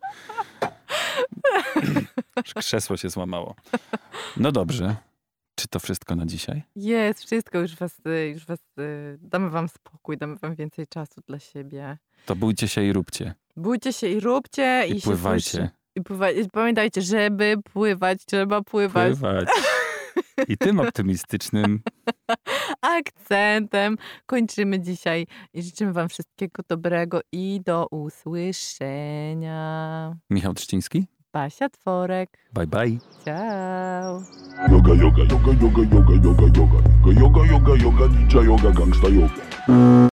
krzesło się złamało. No dobrze. Czy to wszystko na dzisiaj? Jest, wszystko. Już was damy wam spokój, damy wam więcej czasu dla siebie. To bójcie się i róbcie. Bójcie się i róbcie. I pływajcie. Pamiętajcie, żeby pływać, trzeba pływać. I tym optymistycznym akcentem kończymy dzisiaj. I życzymy wam wszystkiego dobrego i do usłyszenia. Michał Trzciński. Basia Tworek. Bye bye. Ciao. Yoga, yoga, yoga, yoga, yoga, yoga, yoga, yoga, yoga, yoga, ninja yoga, gangsta yoga.